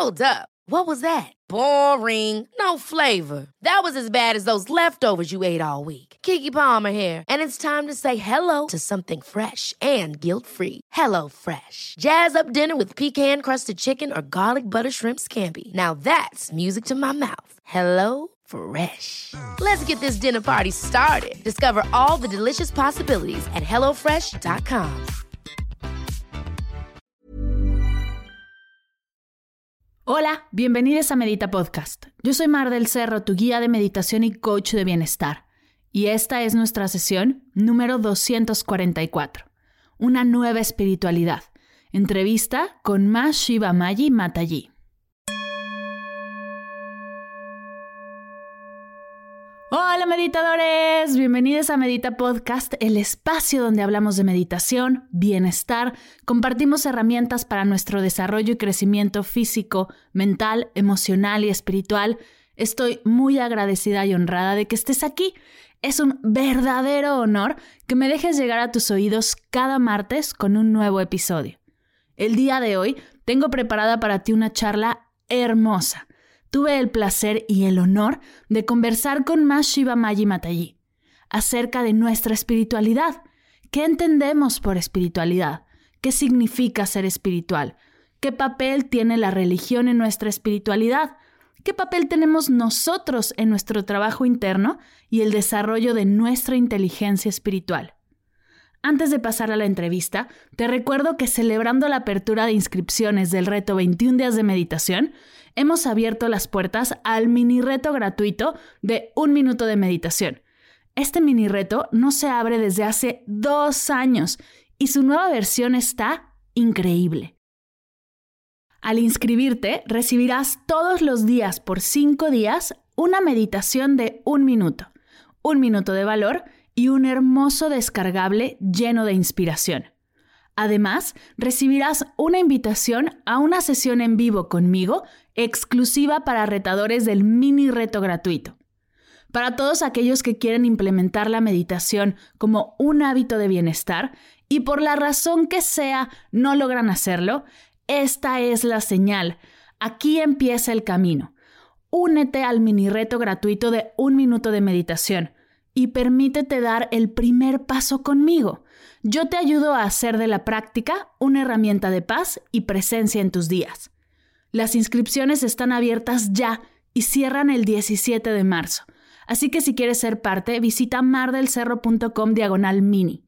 Hold up. What was that? Boring. No flavor. That was as bad as those leftovers you ate all week. Keke Palmer here. And it's time to say hello to something fresh and guilt-free. Hello Fresh. Jazz up dinner with pecan-crusted chicken or garlic butter shrimp scampi. Now that's music to my mouth. Hello Fresh. Let's get this dinner party started. Discover all the delicious possibilities at hellofresh.com. Hola, bienvenidos a Medita Podcast. Yo soy Mar del Cerro, tu guía de meditación y coach de bienestar. Y esta es nuestra sesión número 244. Una nueva espiritualidad. Entrevista con Ma Shivamaya Mataji. Hola meditadores, bienvenidos a Medita Podcast, el espacio donde hablamos de meditación, bienestar, compartimos herramientas para nuestro desarrollo y crecimiento físico, mental, emocional y espiritual. Estoy muy agradecida y honrada de que estés aquí. Es un verdadero honor que me dejes llegar a tus oídos cada martes con un nuevo episodio. El día de hoy tengo preparada para ti una charla hermosa. Tuve el placer y el honor de conversar con Ma Shivamaya Mataji acerca de nuestra espiritualidad. ¿Qué entendemos por espiritualidad? ¿Qué significa ser espiritual? ¿Qué papel tiene la religión en nuestra espiritualidad? ¿Qué papel tenemos nosotros en nuestro trabajo interno y el desarrollo de nuestra inteligencia espiritual? Antes de pasar a la entrevista, te recuerdo que celebrando la apertura de inscripciones del reto 21 días de meditación, hemos abierto las puertas al mini reto gratuito de 1 minuto de meditación. Este mini reto no se abre desde hace 2 años y su nueva versión está increíble. Al inscribirte, recibirás todos los días por 5 días una meditación de 1 minuto, 1 minuto de valor y un hermoso descargable lleno de inspiración. Además, recibirás una invitación a una sesión en vivo conmigo exclusiva para retadores del mini reto gratuito. Para todos aquellos que quieren implementar la meditación como un hábito de bienestar y por la razón que sea no logran hacerlo, esta es la señal. Aquí empieza el camino. Únete al mini reto gratuito de 1 minuto de meditación y permítete dar el primer paso conmigo. Yo te ayudo a hacer de la práctica una herramienta de paz y presencia en tus días. Las inscripciones están abiertas ya y cierran el 17 de marzo. Así que si quieres ser parte, visita mardelcerro.com/mini.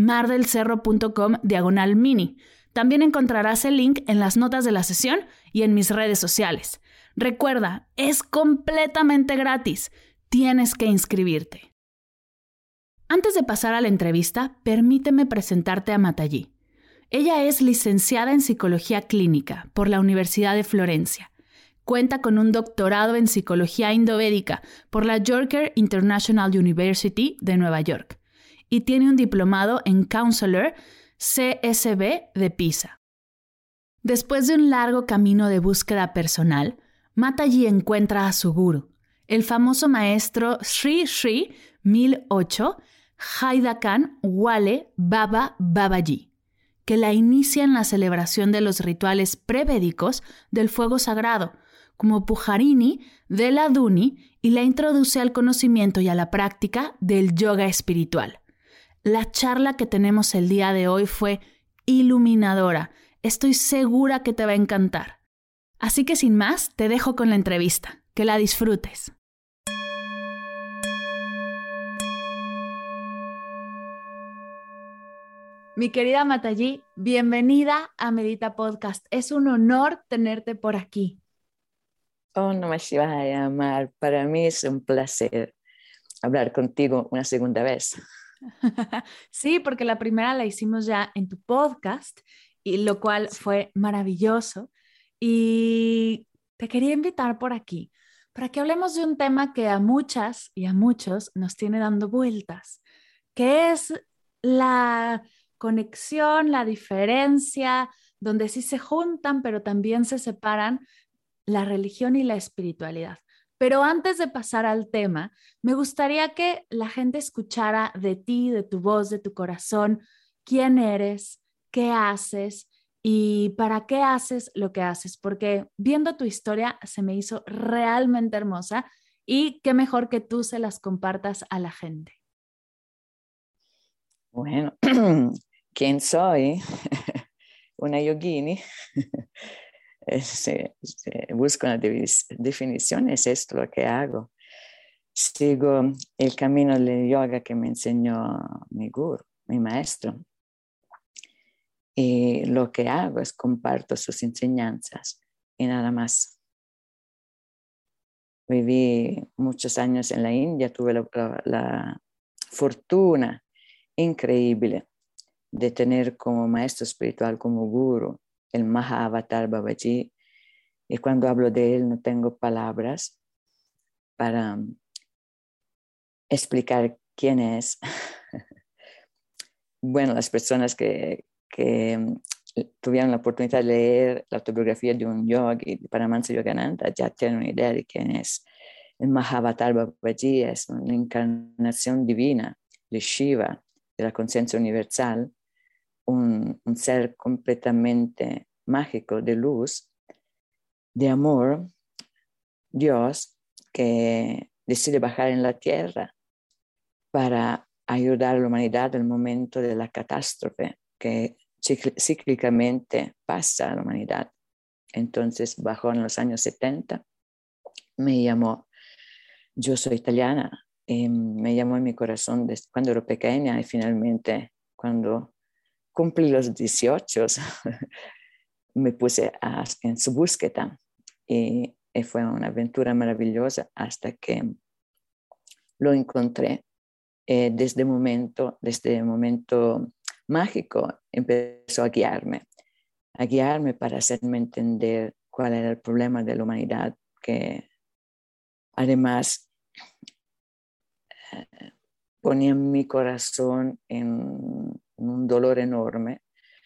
mardelcerro.com/mini. También encontrarás el link en las notas de la sesión y en mis redes sociales. Recuerda, es completamente gratis. Tienes que inscribirte. Antes de pasar a la entrevista, permíteme presentarte a Mataji. Ella es licenciada en Psicología Clínica por la Universidad de Florencia. Cuenta con un doctorado en Psicología Indovédica por la Yorker International University de Nueva York y tiene un diplomado en Counselor CSB de Pisa. Después de un largo camino de búsqueda personal, Mataji encuentra a su gurú, el famoso maestro Sri Sri 1008 Haidakan Wale Baba Babaji, que la inicia en la celebración de los rituales prevédicos del fuego sagrado, como Pujarini de la Duni, y la introduce al conocimiento y a la práctica del yoga espiritual. La charla que tenemos el día de hoy fue iluminadora. Estoy segura que te va a encantar. Así que sin más, te dejo con la entrevista. Que la disfrutes. Mi querida Mataji, bienvenida a Medita Podcast. Es un honor tenerte por aquí. Oh, Namah Shivaya, Mar. Para mí es un placer hablar contigo una segunda vez. Sí, porque la primera la hicimos ya en tu podcast, y lo cual fue maravilloso. Y te quería invitar por aquí para que hablemos de un tema que a muchas y a muchos nos tiene dando vueltas, que es la conexión, la diferencia, donde sí se juntan, pero también se separan la religión y la espiritualidad. Pero antes de pasar al tema, me gustaría que la gente escuchara de ti, de tu voz, de tu corazón, quién eres, qué haces y para qué haces lo que haces, porque viendo tu historia se me hizo realmente hermosa y qué mejor que tú se las compartas a la gente. Bueno, ¿quién soy? Una yogini. Si busco una definición, es esto lo que hago. Sigo el camino del yoga que me enseñó mi guru, mi maestro. Y lo que hago es comparto sus enseñanzas y nada más. Viví muchos años en la India, tuve la fortuna increíble de tener como maestro espiritual, como guru, el Mahavatar Babaji. Y cuando hablo de él no tengo palabras para explicar quién es. Bueno, las personas que tuvieron la oportunidad de leer la autobiografía de un yogi, de Paramahansa Yogananda, ya tienen una idea de quién es. El Mahavatar Babaji es una encarnación divina de Shiva, de la conciencia universal, un ser completamente mágico, de luz, de amor, Dios, que decide bajar en la tierra para ayudar a la humanidad en el momento de la catástrofe que cíclicamente pasa a la humanidad. Entonces bajó en los años 70, me llamó, yo soy italiana, y me llamó en mi corazón desde cuando era pequeña y finalmente cuando cumplí los 18 me puse en su búsqueda y fue una aventura maravillosa hasta que lo encontré. Desde el momento mágico empezó a guiarme para hacerme entender cuál era el problema de la humanidad, que además ponía mi corazón en un dolor enorme.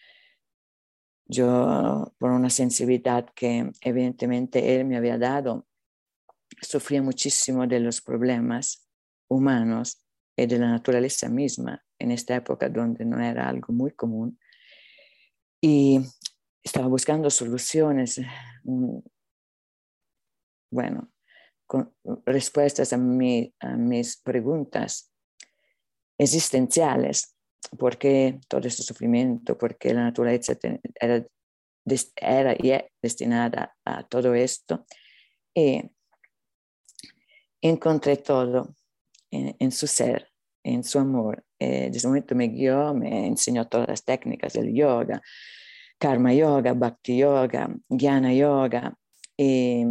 Yo, por una sensibilidad que evidentemente él me había dado, sufría muchísimo de los problemas humanos y de la naturaleza misma en esta época donde no era algo muy común. Y estaba buscando soluciones, bueno, con respuestas a mis preguntas existenciales. ¿Por qué todo este sufrimiento? ¿Por qué la naturaleza era y es destinada a todo esto? Y encontré todo en su ser, en su amor. Desde ese momento me guió, me enseñó todas las técnicas del yoga, karma yoga, bhakti yoga, jnana yoga, y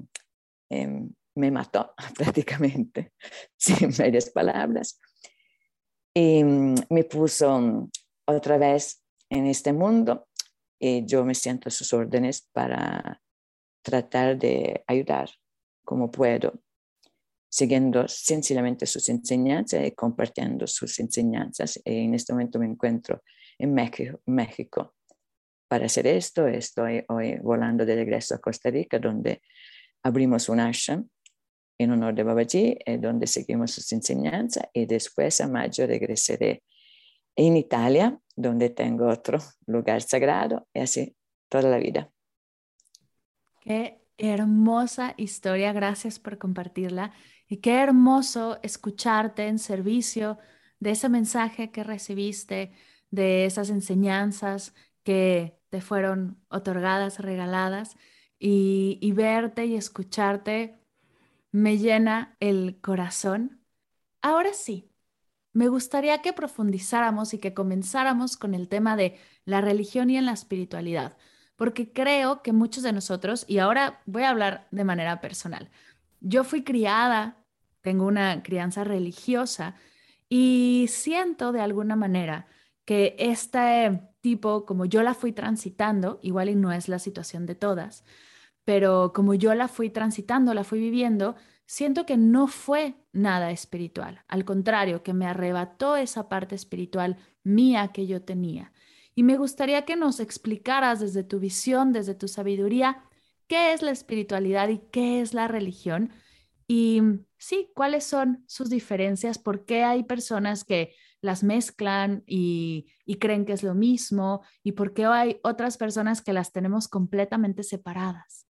me mató prácticamente, sin medias palabras. Y me puso otra vez en este mundo y yo me siento a sus órdenes para tratar de ayudar como puedo, siguiendo sencillamente sus enseñanzas y compartiendo sus enseñanzas. Y en este momento me encuentro en México para hacer esto. Estoy hoy volando de regreso a Costa Rica, donde abrimos un ashram en honor de Babaji, donde seguimos sus enseñanzas, y después a mayo regresaré en Italia, donde tengo otro lugar sagrado, y así toda la vida. Qué hermosa historia, gracias por compartirla y qué hermoso escucharte en servicio de ese mensaje que recibiste, de esas enseñanzas que te fueron otorgadas, regaladas y verte y escucharte me llena el corazón. Ahora sí, me gustaría que profundizáramos y que comenzáramos con el tema de la religión y en la espiritualidad, porque creo que muchos de nosotros, y ahora voy a hablar de manera personal, yo fui criada, tengo una crianza religiosa y siento de alguna manera que este tipo, como yo la fui transitando, igual y no es la situación de todas, pero como yo la fui transitando, la fui viviendo, siento que no fue nada espiritual. Al contrario, que me arrebató esa parte espiritual mía que yo tenía. Y me gustaría que nos explicaras desde tu visión, desde tu sabiduría, qué es la espiritualidad y qué es la religión. Y sí, cuáles son sus diferencias, por qué hay personas que las mezclan y creen que es lo mismo? ¿Y por qué hay otras personas que las tenemos completamente separadas?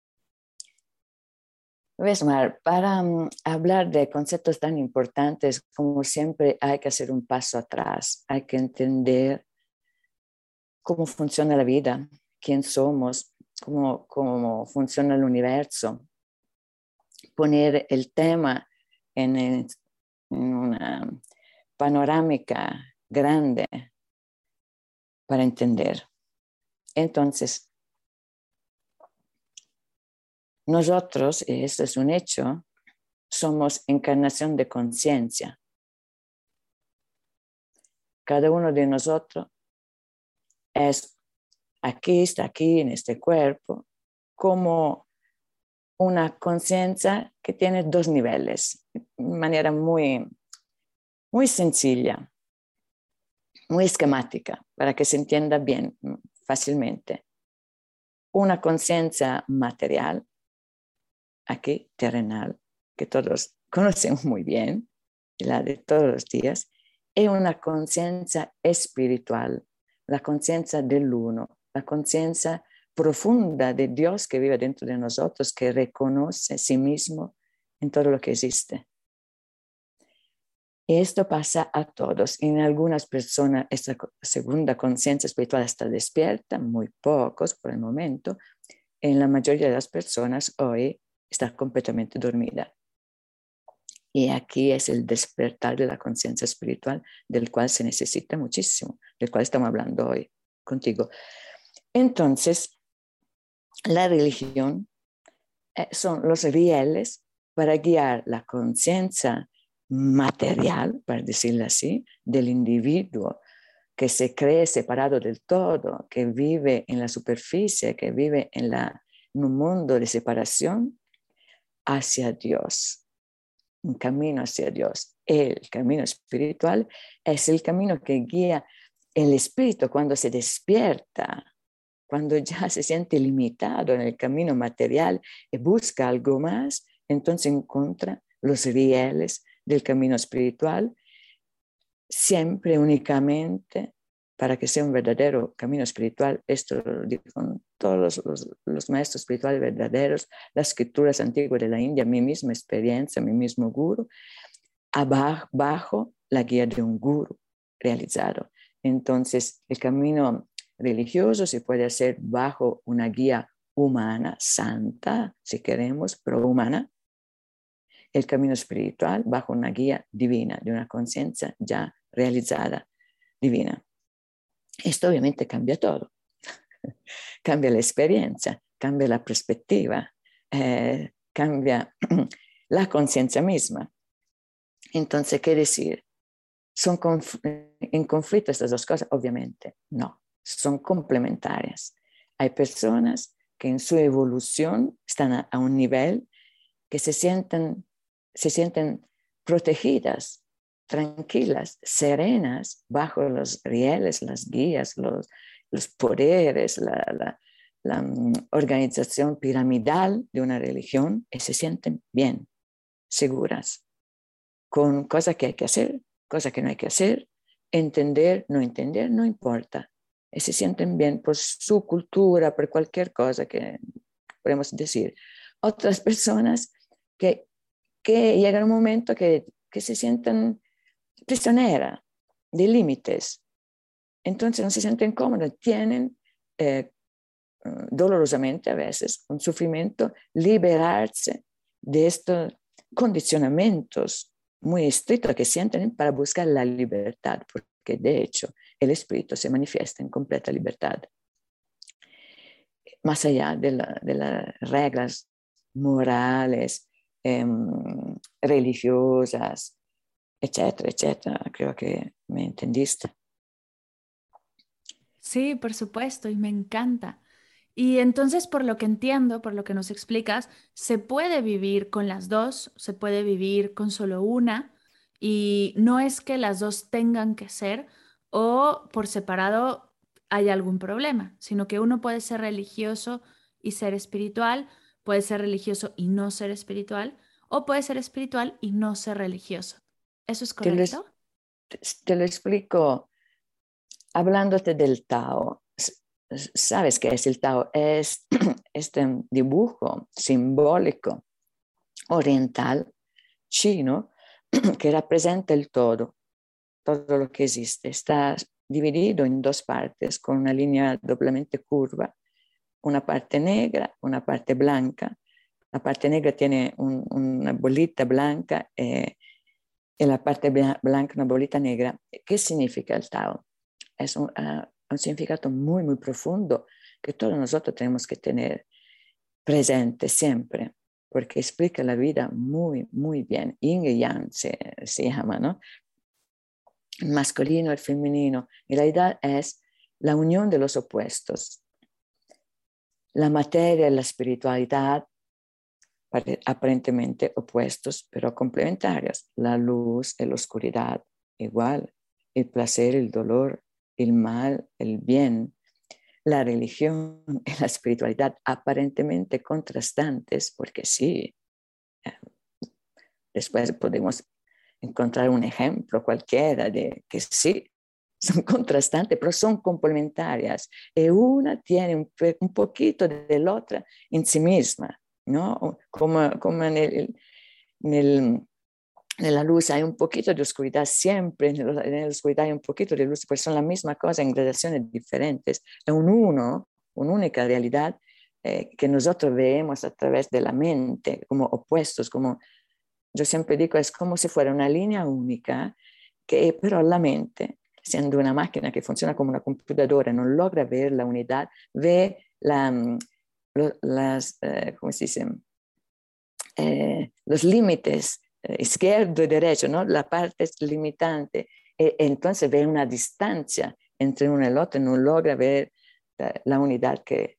¿Ves, Mar? Para hablar de conceptos tan importantes, como siempre, hay que hacer un paso atrás. Hay que entender cómo funciona la vida, quién somos, cómo funciona el universo. Poner el tema en una panorámica grande para entender. Entonces, nosotros, y esto es un hecho, somos encarnación de conciencia. Cada uno de nosotros está aquí en este cuerpo, como una conciencia que tiene dos niveles, de manera muy, muy sencilla, muy esquemática, para que se entienda bien, fácilmente. Una conciencia material, aquí, terrenal, que todos conocemos muy bien, la de todos los días, y una conciencia espiritual, la conciencia del uno, la conciencia profunda de Dios que vive dentro de nosotros, que reconoce a sí mismo en todo lo que existe. Y esto pasa a todos. En algunas personas esta segunda conciencia espiritual está despierta, muy pocos por el momento. En la mayoría de las personas hoy está completamente dormida. Y aquí es el despertar de la conciencia espiritual, del cual se necesita muchísimo, del cual estamos hablando hoy contigo. Entonces, la religión son los rieles para guiar la conciencia material, para decirlo así, del individuo que se cree separado del todo, que vive en la superficie, que vive en un mundo de separación, hacia Dios, un camino hacia Dios. El camino espiritual es el camino que guía el espíritu cuando se despierta, cuando ya se siente limitado en el camino material y busca algo más, entonces encuentra los rieles del camino espiritual, siempre únicamente para que sea un verdadero camino espiritual. Esto lo digo con todos los maestros espirituales verdaderos, las escrituras antiguas de la India, mi misma experiencia, mi mismo guru, bajo la guía de un guru realizado. Entonces, el camino religioso se puede hacer bajo una guía humana, santa, si queremos, pero humana. El camino espiritual bajo una guía divina, de una conciencia ya realizada, divina. Esto obviamente cambia todo. Cambia la experiencia, cambia la perspectiva, cambia la conciencia misma. Entonces, ¿qué decir? ¿Son en conflicto estas dos cosas? Obviamente no, son complementarias. Hay personas que en su evolución están a un nivel que se sienten protegidas, tranquilas, serenas, bajo los rieles, las guías, los poderes, la organización piramidal de una religión, y se sienten bien, seguras, con cosas que hay que hacer, cosas que no hay que hacer, entender, no importa. Y se sienten bien por su cultura, por cualquier cosa que podemos decir. Otras personas que llega un momento que se sienten prisioneras de límites. Entonces no se sienten cómodas, tienen dolorosamente a veces un sufrimiento, liberarse de estos condicionamientos muy estrictos que sienten para buscar la libertad, porque de hecho el espíritu se manifiesta en completa libertad. Más allá de las reglas morales, religiosas, etcétera, etcétera. Creo que me entendiste. Sí, por supuesto, y me encanta. Y entonces, por lo que entiendo, por lo que nos explicas, se puede vivir con las dos, se puede vivir con solo una, y no es que las dos tengan que ser o por separado hay algún problema, sino que uno puede ser religioso y ser espiritual, puede ser religioso y no ser espiritual, o puede ser espiritual y no ser religioso. ¿Eso es Te lo, correcto? te lo explico hablándote del Tao. ¿Sabes qué es el Tao? Es este dibujo simbólico oriental, chino, que representa el todo lo que existe. Está dividido en dos partes con una línea doblemente curva, una parte negra, una parte blanca. La parte negra tiene una bolita blanca y la parte blanca una bolita negra. ¿Qué significa el Tao? Es un significado muy, muy profundo que todos nosotros tenemos que tener presente siempre, porque explica la vida muy, muy bien. Yin y Yang se llama, ¿no? El masculino, el femenino. En realidad es la unión de los opuestos. La materia y la espiritualidad, aparentemente opuestos, pero complementarios. La luz y la oscuridad, igual. El placer, el dolor, el mal, el bien. La religión y la espiritualidad, aparentemente contrastantes, porque sí, después podemos encontrar un ejemplo cualquiera de que sí, son contrastantes, pero son complementarias. Y una tiene un poquito de la otra en sí misma, ¿no? Como en la luz hay un poquito de oscuridad, siempre en la oscuridad hay un poquito de luz, pues son la misma cosa en gradaciones diferentes. Es una única realidad que nosotros vemos a través de la mente, como opuestos, como yo siempre digo, es como si fuera una línea única, que pero la mente, siendo una máquina que funciona como una computadora, no logra ver la unidad, ve ¿cómo se dice? Los límites izquierdo y derecho, ¿no? La parte es limitante. Entonces ve una distancia entre uno y el otro, no logra ver la unidad que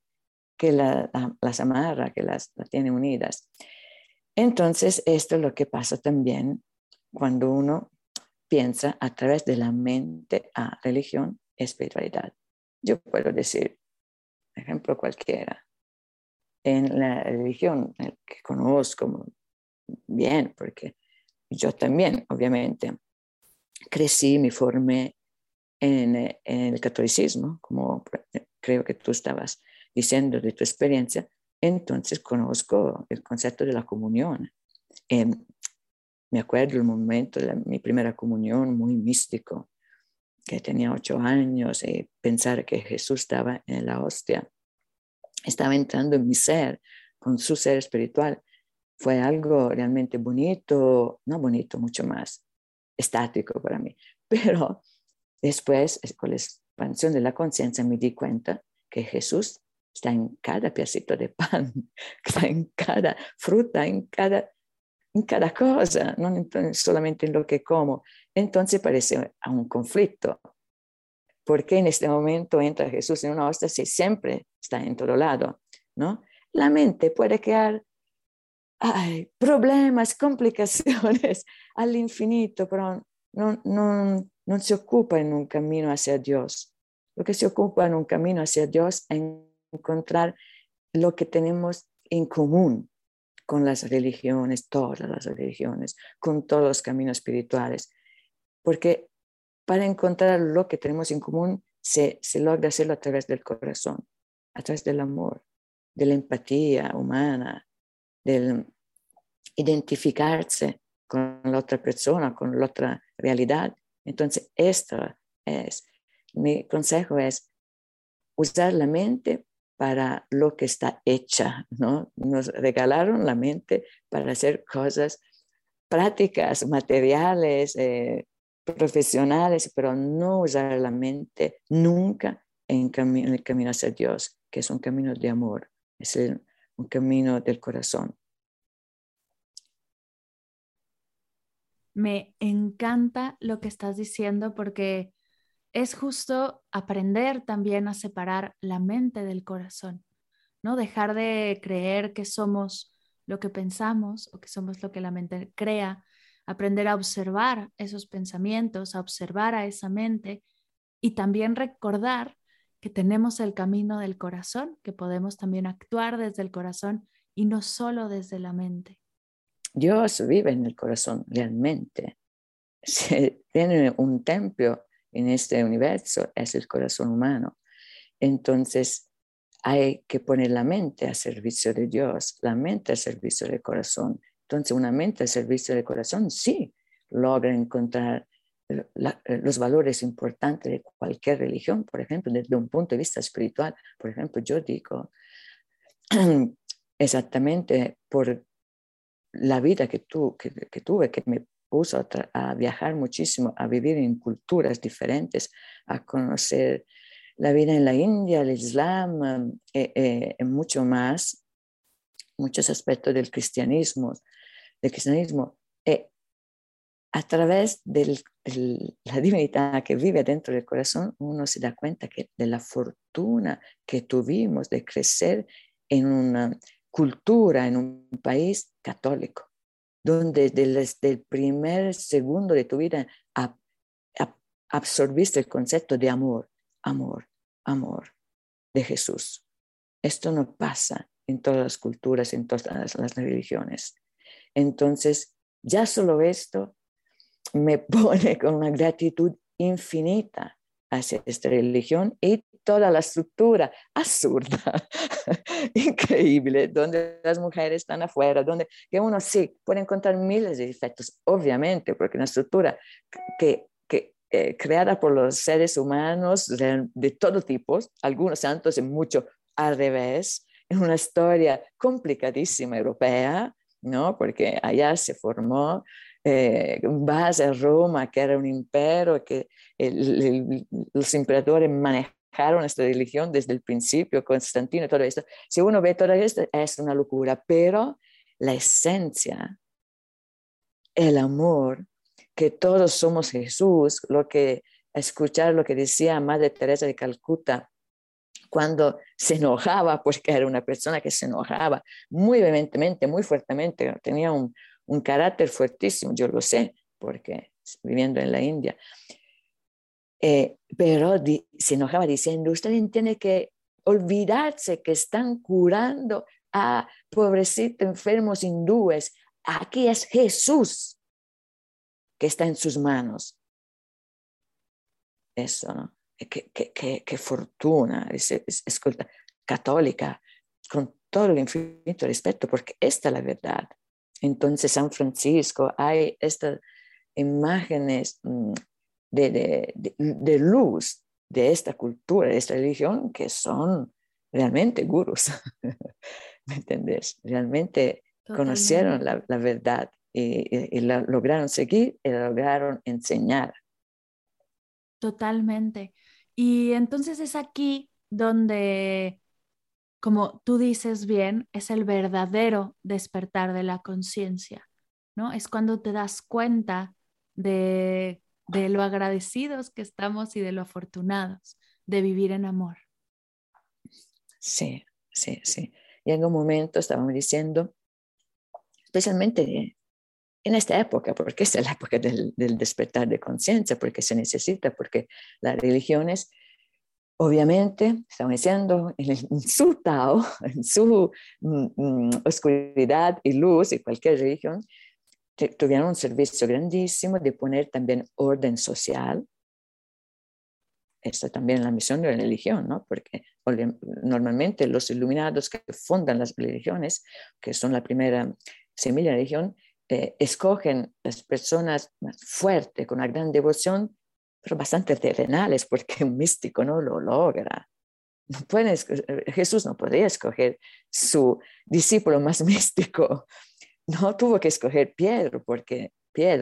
las amarra, que las tiene unidas. Entonces, esto es lo que pasa también cuando uno piensa a través de la mente a religión y espiritualidad. Yo puedo decir, ejemplo cualquiera, en la religión que conozco bien, porque yo también, obviamente, crecí, me formé en el catolicismo, como creo que tú estabas diciendo de tu experiencia, entonces conozco el concepto de la comunión. Me acuerdo el momento de mi primera comunión, muy místico, que tenía 8 años, y pensar que Jesús estaba en la hostia, estaba entrando en mi ser, con su ser espiritual. Fue algo realmente bonito, no bonito, mucho más estático para mí. Pero después, con la expansión de la conciencia, me di cuenta que Jesús está en cada pedacito de pan, está en cada fruta, en cada cosa, no solamente en lo que como. Entonces parece un conflicto. ¿Por qué en este momento entra Jesús en una hostia si siempre está en todo lado? ¿No? La mente puede crear problemas, complicaciones al infinito, pero no se ocupa en un camino hacia Dios. Lo que se ocupa en un camino hacia Dios es encontrar lo que tenemos en común con las religiones, todas las religiones, con todos los caminos espirituales. Porque para encontrar lo que tenemos en común se logra hacerlo a través del corazón, a través del amor, de la empatía humana, del identificarse con la otra persona, con la otra realidad. Entonces, mi consejo es usar la mente para lo que está hecha, ¿no? Nos regalaron la mente para hacer cosas prácticas, materiales, profesionales, pero no usar la mente nunca en el camino hacia Dios, que es un camino de amor, es un camino del corazón. Me encanta lo que estás diciendo porque es justo aprender también a separar la mente del corazón, ¿no? Dejar de creer que somos lo que pensamos o que somos lo que la mente crea, aprender a observar esos pensamientos, a observar a esa mente y también recordar que tenemos el camino del corazón, que podemos también actuar desde el corazón y no solo desde la mente. Dios vive en el corazón realmente. si tiene un templo en este universo, es el corazón humano. Entonces, hay que poner la mente a servicio de Dios, la mente al servicio del corazón. Entonces, una mente al servicio del corazón sí logra encontrar los valores importantes de cualquier religión, por ejemplo, desde un punto de vista espiritual. Por ejemplo, yo digo, exactamente por la vida que tuve, que me puso a viajar muchísimo, a vivir en culturas diferentes, a conocer la vida en la India, el Islam, mucho más, muchos aspectos del cristianismo. A través de la divinidad que vive dentro del corazón, uno se da cuenta de la fortuna que tuvimos de crecer en una cultura, en un país católico, donde desde el primer segundo de tu vida absorbiste el concepto de amor, amor, amor de Jesús. Esto no pasa en todas las culturas, en todas las religiones. Entonces, ya solo esto me pone con una gratitud infinita hacia esta religión y toda la estructura absurda, increíble, donde las mujeres están afuera, donde que uno sí puede encontrar miles de defectos, obviamente, porque una estructura creada por los seres humanos de todo tipo, algunos santos y mucho al revés, en una historia complicadísima europea, ¿no? Porque allá se formó base a Roma, que era un imperio, que los emperadores manejaron esta religión desde el principio, Constantino y todo esto. Si uno ve todo esto, es una locura, pero la esencia, el amor, que todos somos Jesús, escuchar lo que decía Madre Teresa de Calcuta, cuando se enojaba, porque era una persona que se enojaba muy vehementemente, muy fuertemente, tenía un carácter fuertísimo, yo lo sé, porque viviendo en la India, pero se enojaba diciendo, usted tiene que olvidarse que están curando a pobrecitos enfermos hindúes, aquí es Jesús que está en sus manos. Eso, ¿no? Qué fortuna, escolta, católica, con todo el infinito respeto, porque esta es la verdad. Entonces, San Francisco, hay estas imágenes de luz de esta cultura, de esta religión, que son realmente gurús. ¿Me entendés? Realmente conocieron la verdad y la lograron seguir y la lograron enseñar. Totalmente. Y entonces es aquí donde, como tú dices bien, es el verdadero despertar de la conciencia, ¿no? Es cuando te das cuenta de lo agradecidos que estamos y de lo afortunados de vivir en amor. Sí, sí, sí. Y en un momento estábamos diciendo, especialmente en esta época, porque esta es la época del despertar de conciencia, porque se necesita, porque las religiones, obviamente, estamos diciendo, en su Tao, en su oscuridad y luz, y cualquier religión, tuvieron un servicio grandísimo de poner también orden social. Esta también es la misión de la religión, ¿no? Porque normalmente los iluminados que fundan las religiones, que son la primera semilla de la religión, escogen las personas más fuertes, con una gran devoción, pero bastante terrenales, porque un místico no lo logra. Jesús no podía escoger su discípulo más místico. No tuvo que escoger Pedro, porque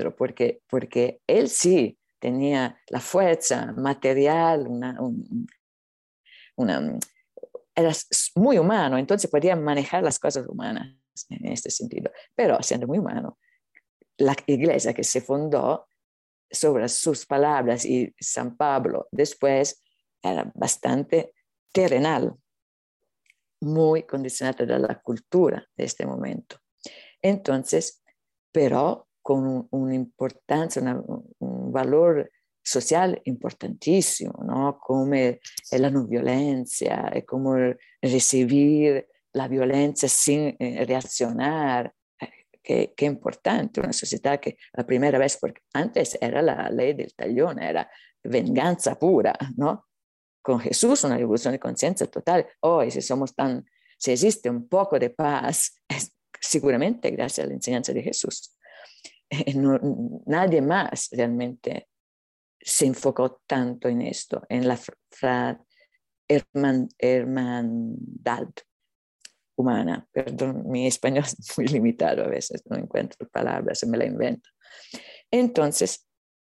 él sí tenía la fuerza material, era muy humano, entonces podía manejar las cosas humanas en este sentido. Pero siendo muy humano, la iglesia que se fundó sobre sus palabras y San Pablo después era bastante terrenal, muy condicionada de la cultura de este momento. Entonces, pero con una importancia, un valor social importantísimo, ¿no? Como la no violencia, como recibir la violencia sin reaccionar, qué importante, una sociedad que la primera vez, porque antes era la ley del talión, era venganza pura, ¿no? Con Jesús una revolución de conciencia total. Hoy, si existe un poco de paz, es seguramente gracias a la enseñanza de Jesús. Nadie más realmente se enfocó tanto en esto, en la hermandad humana. Perdón, mi español es muy limitado a veces, no encuentro palabras, me la invento. Entonces,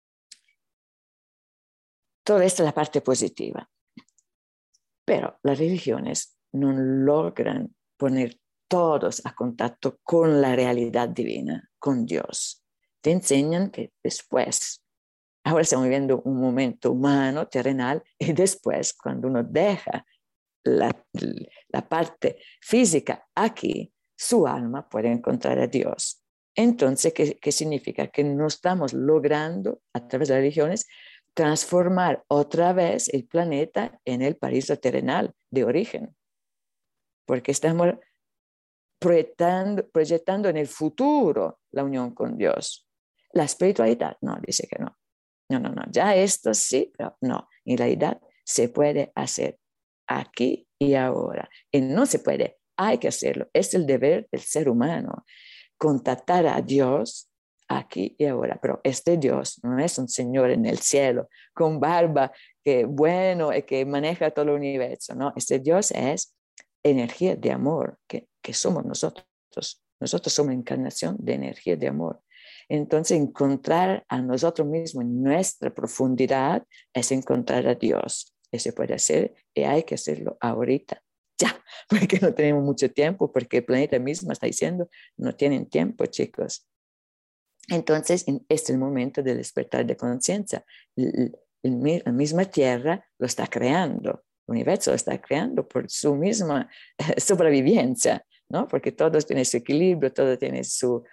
toda esta es la parte positiva. Pero las religiones no logran poner todos a contacto con la realidad divina, con Dios. Te enseñan que después, ahora estamos viviendo un momento humano, terrenal, y después, cuando uno deja la parte física aquí, su alma puede encontrar a Dios. Entonces, ¿qué significa? Que no estamos logrando, a través de las religiones, transformar otra vez el planeta en el paraíso terrenal de origen, porque estamos proyectando en el futuro la unión con Dios. La espiritualidad no, dice que no. No, ya esto sí, pero no, en realidad se puede hacer aquí y ahora, y no se puede, hay que hacerlo, es el deber del ser humano, contactar a Dios aquí y ahora, pero este Dios no es un señor en el cielo con barba que bueno y que maneja todo el universo, no, este Dios es energía de amor que somos nosotros somos encarnación de energía de amor. Entonces encontrar a nosotros mismos en nuestra profundidad es encontrar a Dios, y se puede hacer y hay que hacerlo ahorita, ya, porque no tenemos mucho tiempo, porque el planeta mismo está diciendo no tienen tiempo, chicos. Entonces, este es el momento del despertar de conciencia. La misma Tierra lo está creando, el universo lo está creando por su misma sobrevivencia, ¿no? Porque todos tienen su equilibrio, todo tiene su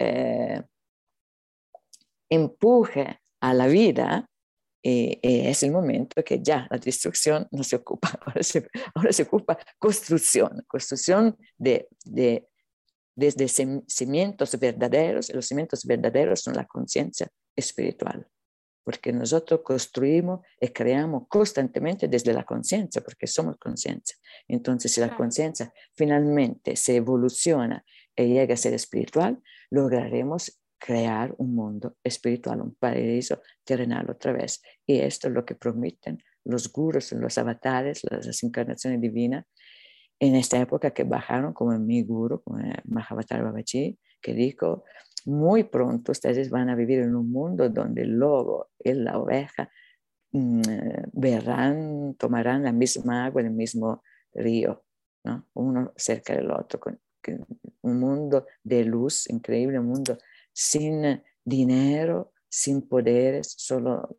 empuje a la vida, y es el momento que ya la destrucción no se ocupa, ahora se ocupa construcción desde cimientos verdaderos, y los cimientos verdaderos son la conciencia espiritual, porque nosotros construimos y creamos constantemente desde la conciencia, porque somos conciencia. Entonces, si la conciencia finalmente se evoluciona y llega a ser espiritual, lograremos crear un mundo espiritual, un paraíso terrenal otra vez. Y esto es lo que prometen los gurús, los avatares, las encarnaciones divinas, en esta época que bajaron, como mi gurú, como Mahavatar Babaji, que dijo, muy pronto ustedes van a vivir en un mundo donde el lobo y la oveja tomarán la misma agua en el mismo río, ¿no? Uno cerca del otro, un mundo de luz increíble, un mundo sin dinero, sin poderes, solo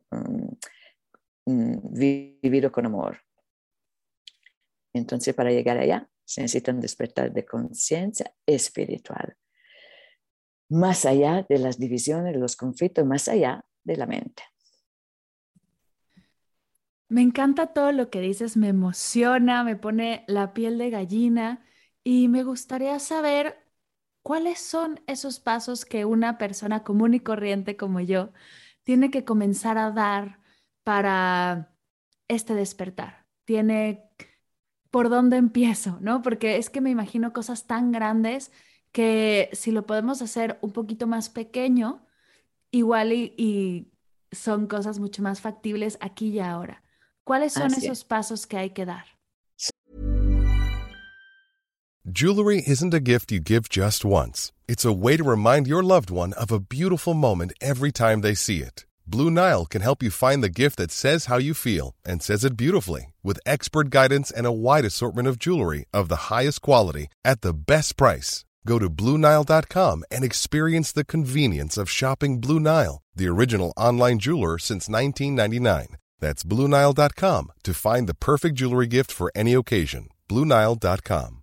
vivido con amor. Entonces, para llegar allá, se necesita un despertar de conciencia espiritual, más allá de las divisiones, de los conflictos, más allá de la mente. Me encanta todo lo que dices, me emociona, me pone la piel de gallina y me gustaría saber cuáles son esos pasos que una persona común y corriente como yo tiene que comenzar a dar para este despertar. ¿Por dónde empiezo, no? Porque es que me imagino cosas tan grandes que si lo podemos hacer un poquito más pequeño, igual y son cosas mucho más factibles aquí y ahora. ¿Cuáles son Así esos es. pasos que hay que dar? Jewelry isn't a gift you give just once. It's a way to remind your loved one of a beautiful moment every time they see it. Blue Nile can help you find the gift that says how you feel and says it beautifully, with expert guidance and a wide assortment of jewelry of the highest quality at the best price. Go to BlueNile.com and experience the convenience of shopping Blue Nile, the original online jeweler since 1999. That's BlueNile.com to find the perfect jewelry gift for any occasion. BlueNile.com.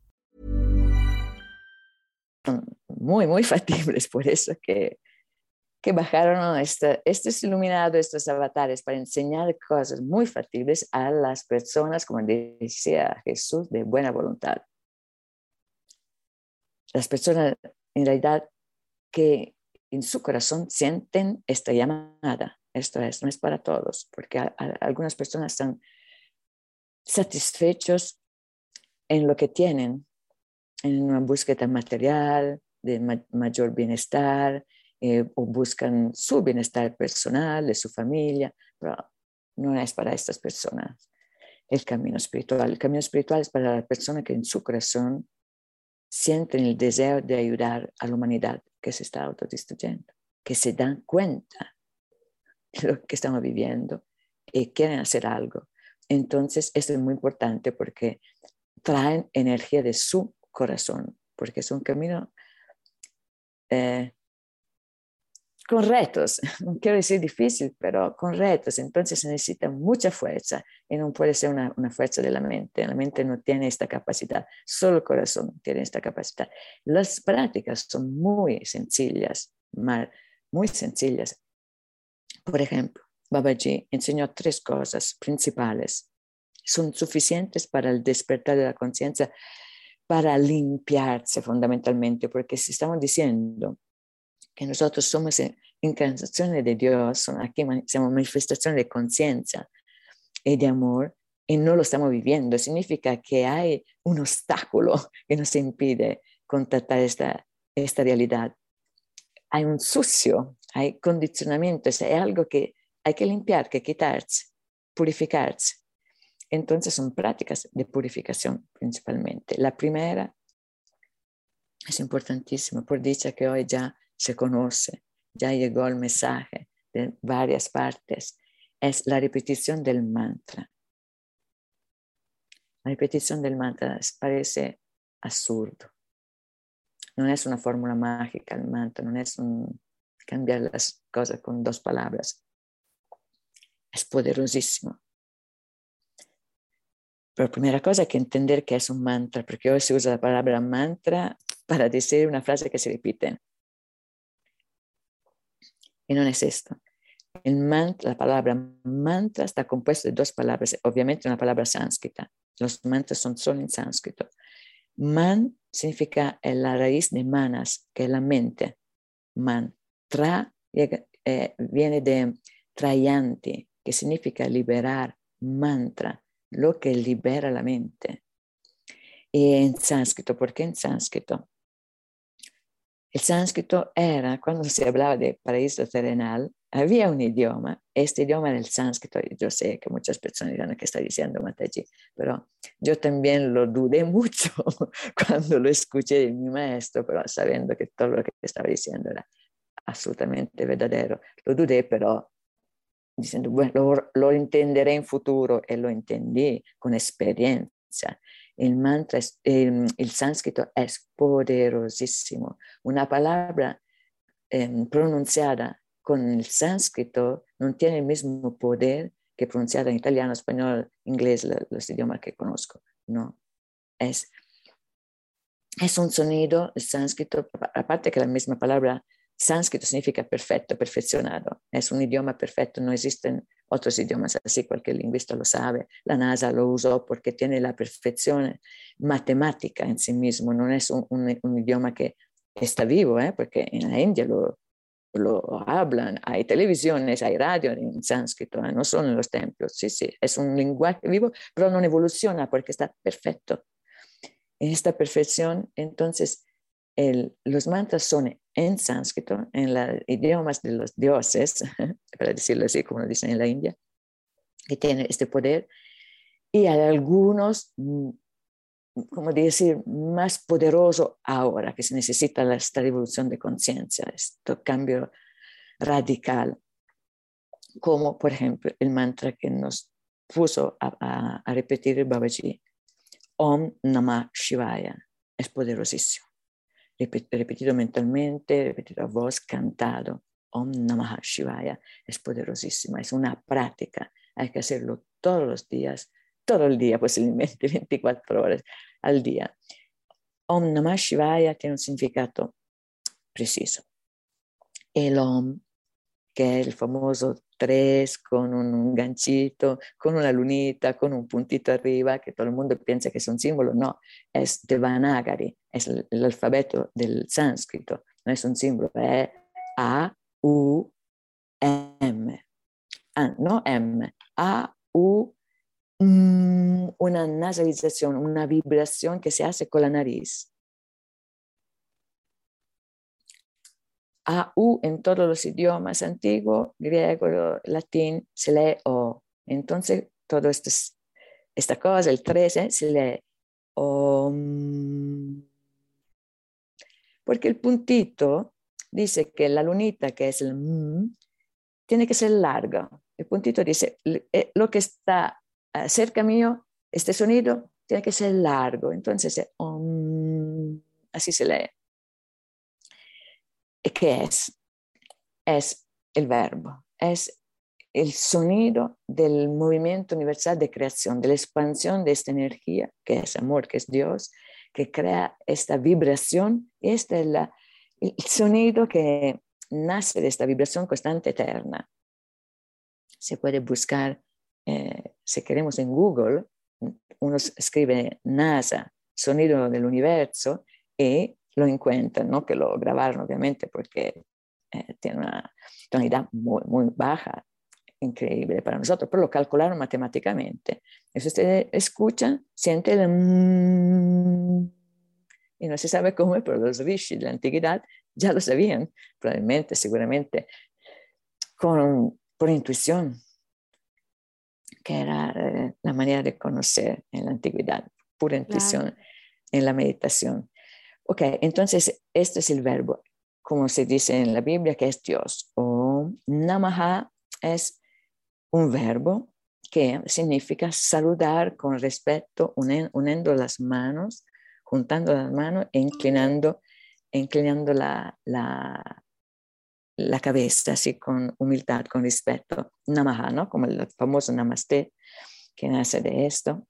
Muy, muy factibles, por eso que bajaron estos iluminados, estos avatares, para enseñar cosas muy factibles a las personas, como decía Jesús, de buena voluntad. Las personas, en realidad, que en su corazón sienten esta llamada. Esto no es para todos, porque algunas personas están satisfechos en lo que tienen, en una búsqueda material, de mayor bienestar, o buscan su bienestar personal, de su familia, pero no es para estas personas el camino espiritual. El camino espiritual es para la persona que en su corazón sienten el deseo de ayudar a la humanidad que se está autodestruyendo, que se dan cuenta de lo que estamos viviendo y quieren hacer algo. Entonces, esto es muy importante porque traen energía de su corazón, porque es un camino con retos, no quiero decir difícil, pero con retos. Entonces se necesita mucha fuerza y no puede ser una fuerza de la mente. La mente no tiene esta capacidad, solo el corazón tiene esta capacidad. Las prácticas son muy sencillas, muy sencillas. Por ejemplo, Babaji enseñó 3 cosas principales. Son suficientes para el despertar de la conciencia, para limpiarse fundamentalmente, porque si estamos diciendo que nosotros somos encarnaciones de Dios, aquí somos manifestaciones de conciencia y de amor, y no lo estamos viviendo, significa que hay un obstáculo que nos impide contactar esta realidad. Hay un sucio, hay condicionamientos, hay algo que hay que limpiar, que quitarse, purificarse. Entonces son prácticas de purificación principalmente. La primera es importantísima, por dicha que hoy ya se conoce, ya llegó el mensaje de varias partes, es la repetición del mantra. La repetición del mantra parece absurdo. No es una fórmula mágica el mantra, no es cambiar las cosas con 2 palabras. Es poderosísimo. Pero la primera cosa hay que entender que es un mantra, porque hoy se usa la palabra mantra para decir una frase que se repite. Y no es esto. La palabra mantra está compuesta de 2 palabras, obviamente una palabra sánscrita. Los mantras son solo en sánscrito. Man significa la raíz de manas, que es la mente. Man. Tra viene de trayanti, que significa liberar. Mantra, lo que libera la mente. Y en sánscrito, ¿por qué en sánscrito? El sánscrito era, cuando se hablaba de paraíso terrenal, había un idioma, este idioma era el sánscrito. Yo sé que muchas personas dirán que está diciendo Mataji, pero yo también lo dudé mucho cuando lo escuché de mi maestro, pero sabiendo que todo lo que estaba diciendo era absolutamente verdadero. Lo dudé, pero diciendo, bueno, lo entenderé en futuro, y lo entendí con experiencia. El mantra, el sánscrito es poderosísimo. Una palabra pronunciada con el sánscrito no tiene el mismo poder que pronunciada en italiano, español, inglés, los idiomas que conozco. No, es un sonido, el sánscrito, aparte que la misma palabra sánscrito significa perfecto, perfeccionado. Es un idioma perfecto, no existen otros idiomas así, cualquier lingüista lo sabe. La NASA lo usó porque tiene la perfección matemática en sí mismo, no es un idioma que está vivo, porque en la India lo hablan, hay televisiones, hay radio en sánscrito, no solo en los templos. Sí, es un lenguaje vivo, pero no evoluciona porque está perfecto. En esta perfección, entonces, los mantras son en sánscrito, en los idiomas de los dioses, para decirlo así, como lo dicen en la India, que tienen este poder, y hay algunos, como decir, más poderoso ahora, que se necesita esta revolución de conciencia, este cambio radical, como por ejemplo el mantra que nos puso a repetir el Babaji, Om Namah Shivaya, es poderosísimo. Repetido mentalmente, repetido a voz, cantado. Om Namah Shivaya es poderosísima, es una práctica. Hay que hacerlo todos los días, todo el día posiblemente, 24 horas al día. Om Namah Shivaya tiene un significado preciso. El Om, que es el famoso 3 con un ganchito, con una lunita, con un puntito arriba, que todo el mundo piensa que es un símbolo. No, es Devanagari, es el alfabeto del sánscrito. no es un símbolo, es A-U-M. No M, A-U, una nasalización, una vibración que se hace con la nariz. A-U en todos los idiomas antiguos, griego, latín, se lee O. Entonces, todo esta cosa, el 13, se lee Om. Porque el puntito dice que la lunita, que es el tiene que ser larga. El puntito dice, lo que está cerca mío, este sonido, tiene que ser largo. Entonces, así se lee. ¿Qué es? Es el verbo, es el sonido del movimiento universal de creación, de la expansión de esta energía, que es amor, que es Dios, que crea esta vibración. Este es el sonido que nace de esta vibración constante eterna. Se puede buscar, si queremos en Google, uno escribe NASA, sonido del universo, y lo encuentra, no que lo grabaron obviamente porque tiene una tonalidad muy, muy baja, increíble para nosotros, pero lo calcularon matemáticamente. Eso usted escucha, siente el y no se sabe cómo, pero los rishis de la antigüedad ya lo sabían, probablemente, seguramente, por intuición, que era la manera de conocer en la antigüedad, pura intuición, claro, en la meditación. Ok, entonces este es el verbo, como se dice en la Biblia, que es Dios. O Namaha es un verbo que significa saludar con respeto, uniendo las manos, juntando las manos e inclinando la cabeza, así con humildad, con respeto. Namaha, ¿no? Como el famoso Namaste, que nace de esto.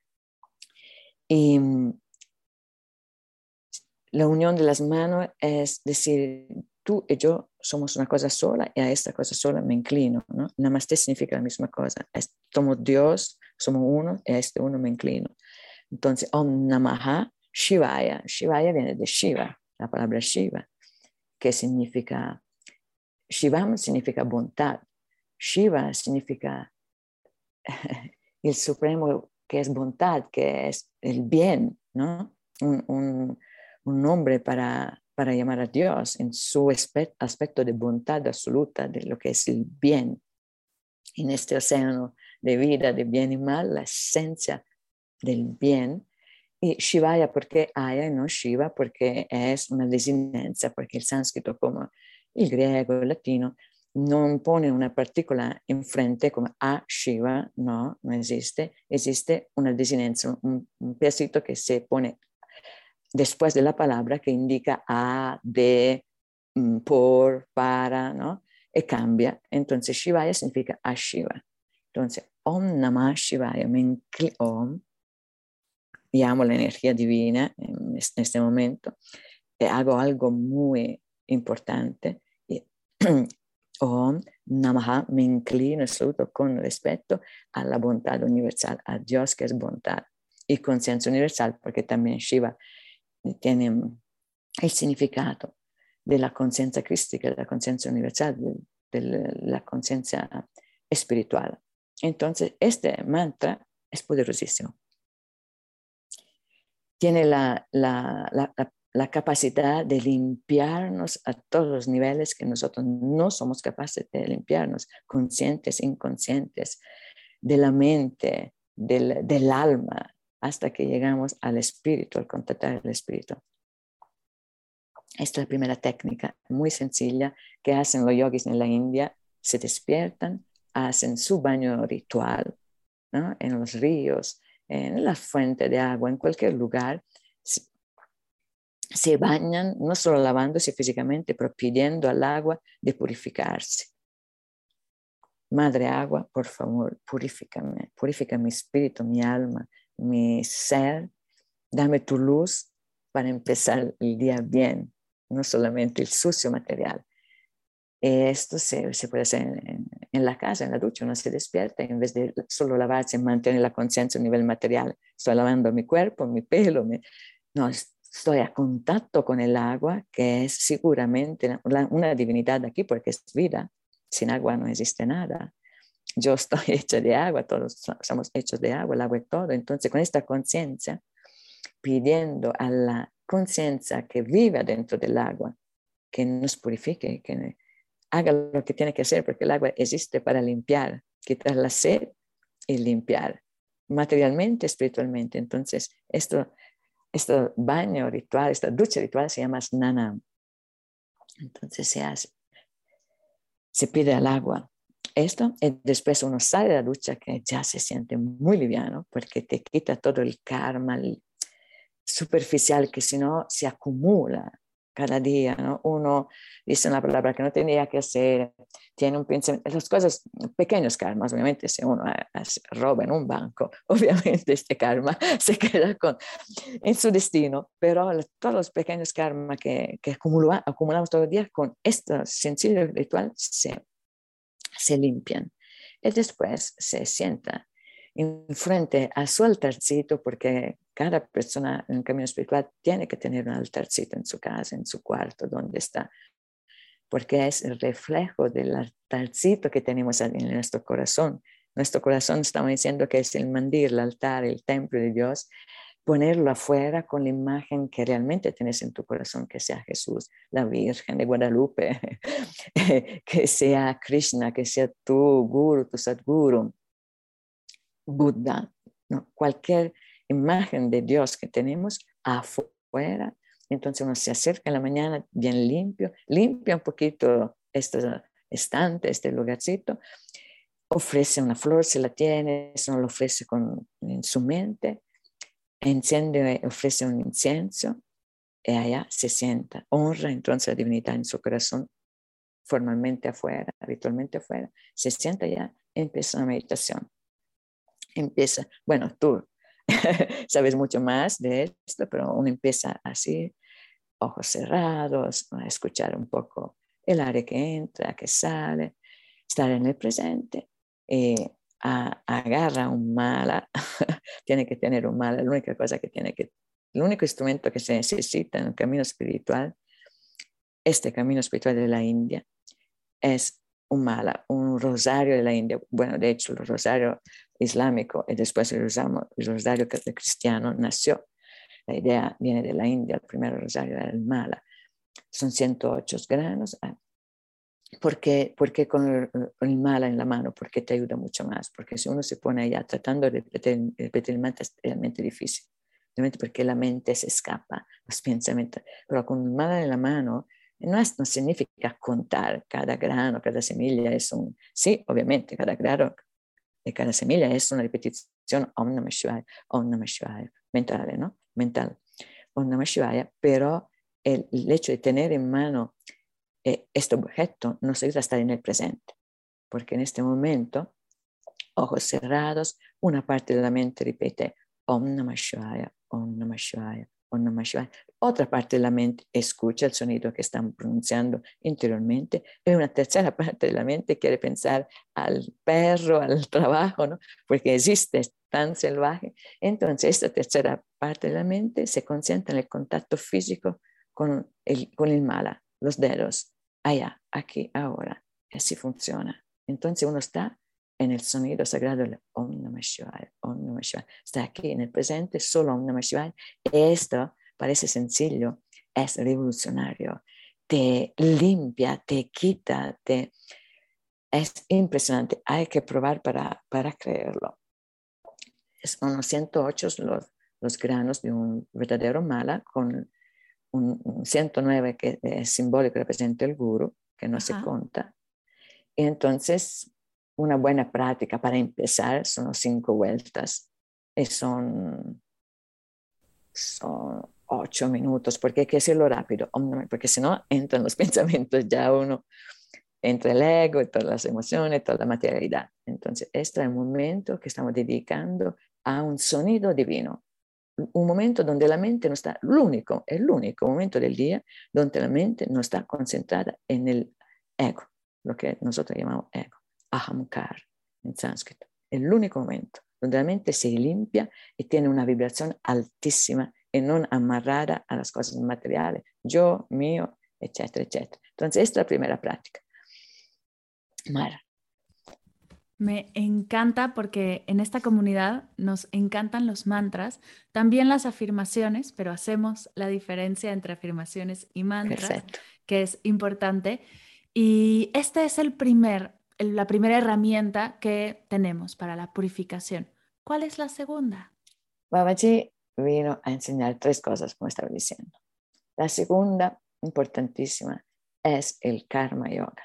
Y la unión de las manos es decir, tú y yo somos una cosa sola y a esta cosa sola me inclino, ¿no? Namaste significa la misma cosa. Somos Dios, somos uno y a este uno me inclino. Entonces, Om Namaha Shivaya. Shivaya viene de Shiva, la palabra Shiva, que significa, Shivam significa bondad. Shiva significa el supremo, que es bondad, que es el bien, ¿no? Un nombre para llamar a Dios en su aspecto de bondad absoluta, de lo que es el bien. En este océano de vida, de bien y mal, la esencia del bien. Y Shivaya, ¿por qué Aya y no Shiva? Porque es una desinenza, porque el sánscrito, como el griego, el latino, no pone una partícula enfrente como a Shiva, no existe. Existe una desinenza, un pedacito que se pone después de la palabra que indica a, de, por, para, ¿no? Y cambia. Entonces Shivaya significa a Shiva. Entonces, Om Namah Shivaya, Om, llamo la energía divina en este momento, hago algo muy importante. Om Namaha, me inclino y saludo con respeto a la bondad universal, a Dios que es bondad, y conciencia universal, porque también Shiva tiene el significado de la conciencia crística, de la conciencia universal, de la conciencia espiritual. Entonces, este mantra es poderosísimo. Tiene la capacidad de limpiarnos a todos los niveles que nosotros no somos capaces de limpiarnos, conscientes, inconscientes, de la mente, del alma, hasta que llegamos al espíritu, al contactar el espíritu. Esta es la primera técnica, muy sencilla, que hacen los yogis en la India. Se despiertan, hacen su baño ritual, ¿no? En los ríos, en la fuente de agua, en cualquier lugar. Se bañan, no solo lavándose físicamente, pero pidiendo al agua de purificarse. Madre agua, por favor, purifícame, purifica mi espíritu, mi alma, mi ser. Dame tu luz para empezar el día bien, no solamente el sucio material. Esto se puede hacer en la casa, en la ducha. Uno se despierta y en vez de solo lavarse, mantener la conciencia a nivel material. Estoy lavando mi cuerpo, mi pelo. No, estoy a contacto con el agua, que es seguramente una divinidad aquí porque es vida. Sin agua no existe nada. Yo estoy hecha de agua, todos somos hechos de agua, el agua es todo. Entonces, con esta conciencia, pidiendo a la conciencia que vive dentro del agua, que nos purifique, que haga lo que tiene que hacer, porque el agua existe para limpiar, quitar la sed y limpiar, materialmente, espiritualmente. Entonces, este baño ritual, esta ducha ritual se llama snanam. Entonces se pide al agua esto, y después uno sale de la ducha que ya se siente muy liviano, porque te quita todo el karma superficial que si no se acumula cada día, ¿no? Uno dice una palabra que no tenía que hacer, tiene un pensamiento, las cosas, pequeños karmas, obviamente, si uno roba en un banco, obviamente este karma se queda en su destino, pero todos los pequeños karmas que acumulamos todos los días con este sencillo ritual se limpian. Y después se sienta en frente a su altarcito, porque cada persona en el camino espiritual tiene que tener un altarcito en su casa, en su cuarto, donde está, porque es el reflejo del altarcito que tenemos en nuestro corazón. Nuestro corazón, estamos diciendo que es el mandir, el altar, el templo de Dios. Ponerlo afuera con la imagen que realmente tienes en tu corazón, que sea Jesús, la Virgen de Guadalupe, que sea Krishna, que sea tu guru, tu sadguru, Buda, ¿no? Cualquier imagen de Dios que tenemos afuera. Entonces uno se acerca en la mañana bien limpio, limpia un poquito este estante, este lugarcito, ofrece una flor si la tiene, si no lo ofrece en su mente, enciende, ofrece un incienso y allá se sienta, honra entonces la divinidad en su corazón, formalmente afuera, ritualmente afuera, se sienta allá, empieza una meditación. Bueno, tú sabes mucho más de esto, pero uno empieza así, ojos cerrados, a escuchar un poco el aire que entra, que sale, estar en el presente. Agarra un mala, tiene que tener un mala, el único instrumento que se necesita en el camino espiritual, este camino espiritual de la India, es un mala, un rosario de la India. Bueno, de hecho, el rosario islámico y después el rosario cristiano nació. La idea viene de la India, el primer rosario era el mala. Son 108 granos. ¿Por qué con el mala en la mano? Porque te ayuda mucho más. Porque si uno se pone allá tratando de repetir el mantra es realmente difícil. Realmente porque la mente se escapa, los pensamientos. Pero con el mala en la mano, no significa contar cada grano, cada semilla. Sí, obviamente, cada grano de cada semilla es una repetición Om Namah Shivaya, mental, ¿no? Mental. Om Namah Shivaya, pero el hecho de tener en mano este objeto nos ayuda a estar en el presente, porque en este momento, ojos cerrados, una parte de la mente repite Om Namah Shivaya, Om Namah Shivaya, Om Namah Shivaya. Otra parte de la mente escucha el sonido que están pronunciando interiormente, y una tercera parte de la mente quiere pensar al perro, al trabajo, ¿no? Porque existe, es tan salvaje. Entonces, esta tercera parte de la mente se concentra en el contacto físico con el mala, los dedos, allá, aquí, ahora. Y así funciona. Entonces uno está en el sonido sagrado del Om Namah Shivaya, Om Namah Shivaya. Está aquí en el presente, solo Om Namah Shivaya. Esto parece sencillo, es revolucionario. Te limpia, te quita, es impresionante. Hay que probar para creerlo. Son unos 108 los granos de un verdadero mala, con un 109 que es simbólico, representa el guru, que no se cuenta. Y entonces, una buena práctica para empezar son 5 vueltas. Y son 8 minutos, porque hay que hacerlo rápido, porque si no entran los pensamientos, ya uno entra el ego y todas las emociones, toda la materialidad. Entonces, este es el momento que estamos dedicando a un sonido divino. Un momento donde la mente no está, el único momento del día donde la mente no está concentrada en el ego, lo que nosotros llamamos ego, ahamkar en sánscrito. El único momento donde la mente se limpia y tiene una vibración altísima y no amarrada a las cosas materiales. Yo, mío, etcétera, etcétera. Entonces, esta es la primera práctica. Mara. Me encanta porque en esta comunidad nos encantan los mantras, también las afirmaciones, pero hacemos la diferencia entre afirmaciones y mantras, Perfecto. que es importante. Y esta es la primera herramienta que tenemos para la purificación. ¿Cuál es la segunda? Babaji vino a enseñar 3 cosas, como estaba diciendo. La segunda, importantísima, es el Karma Yoga.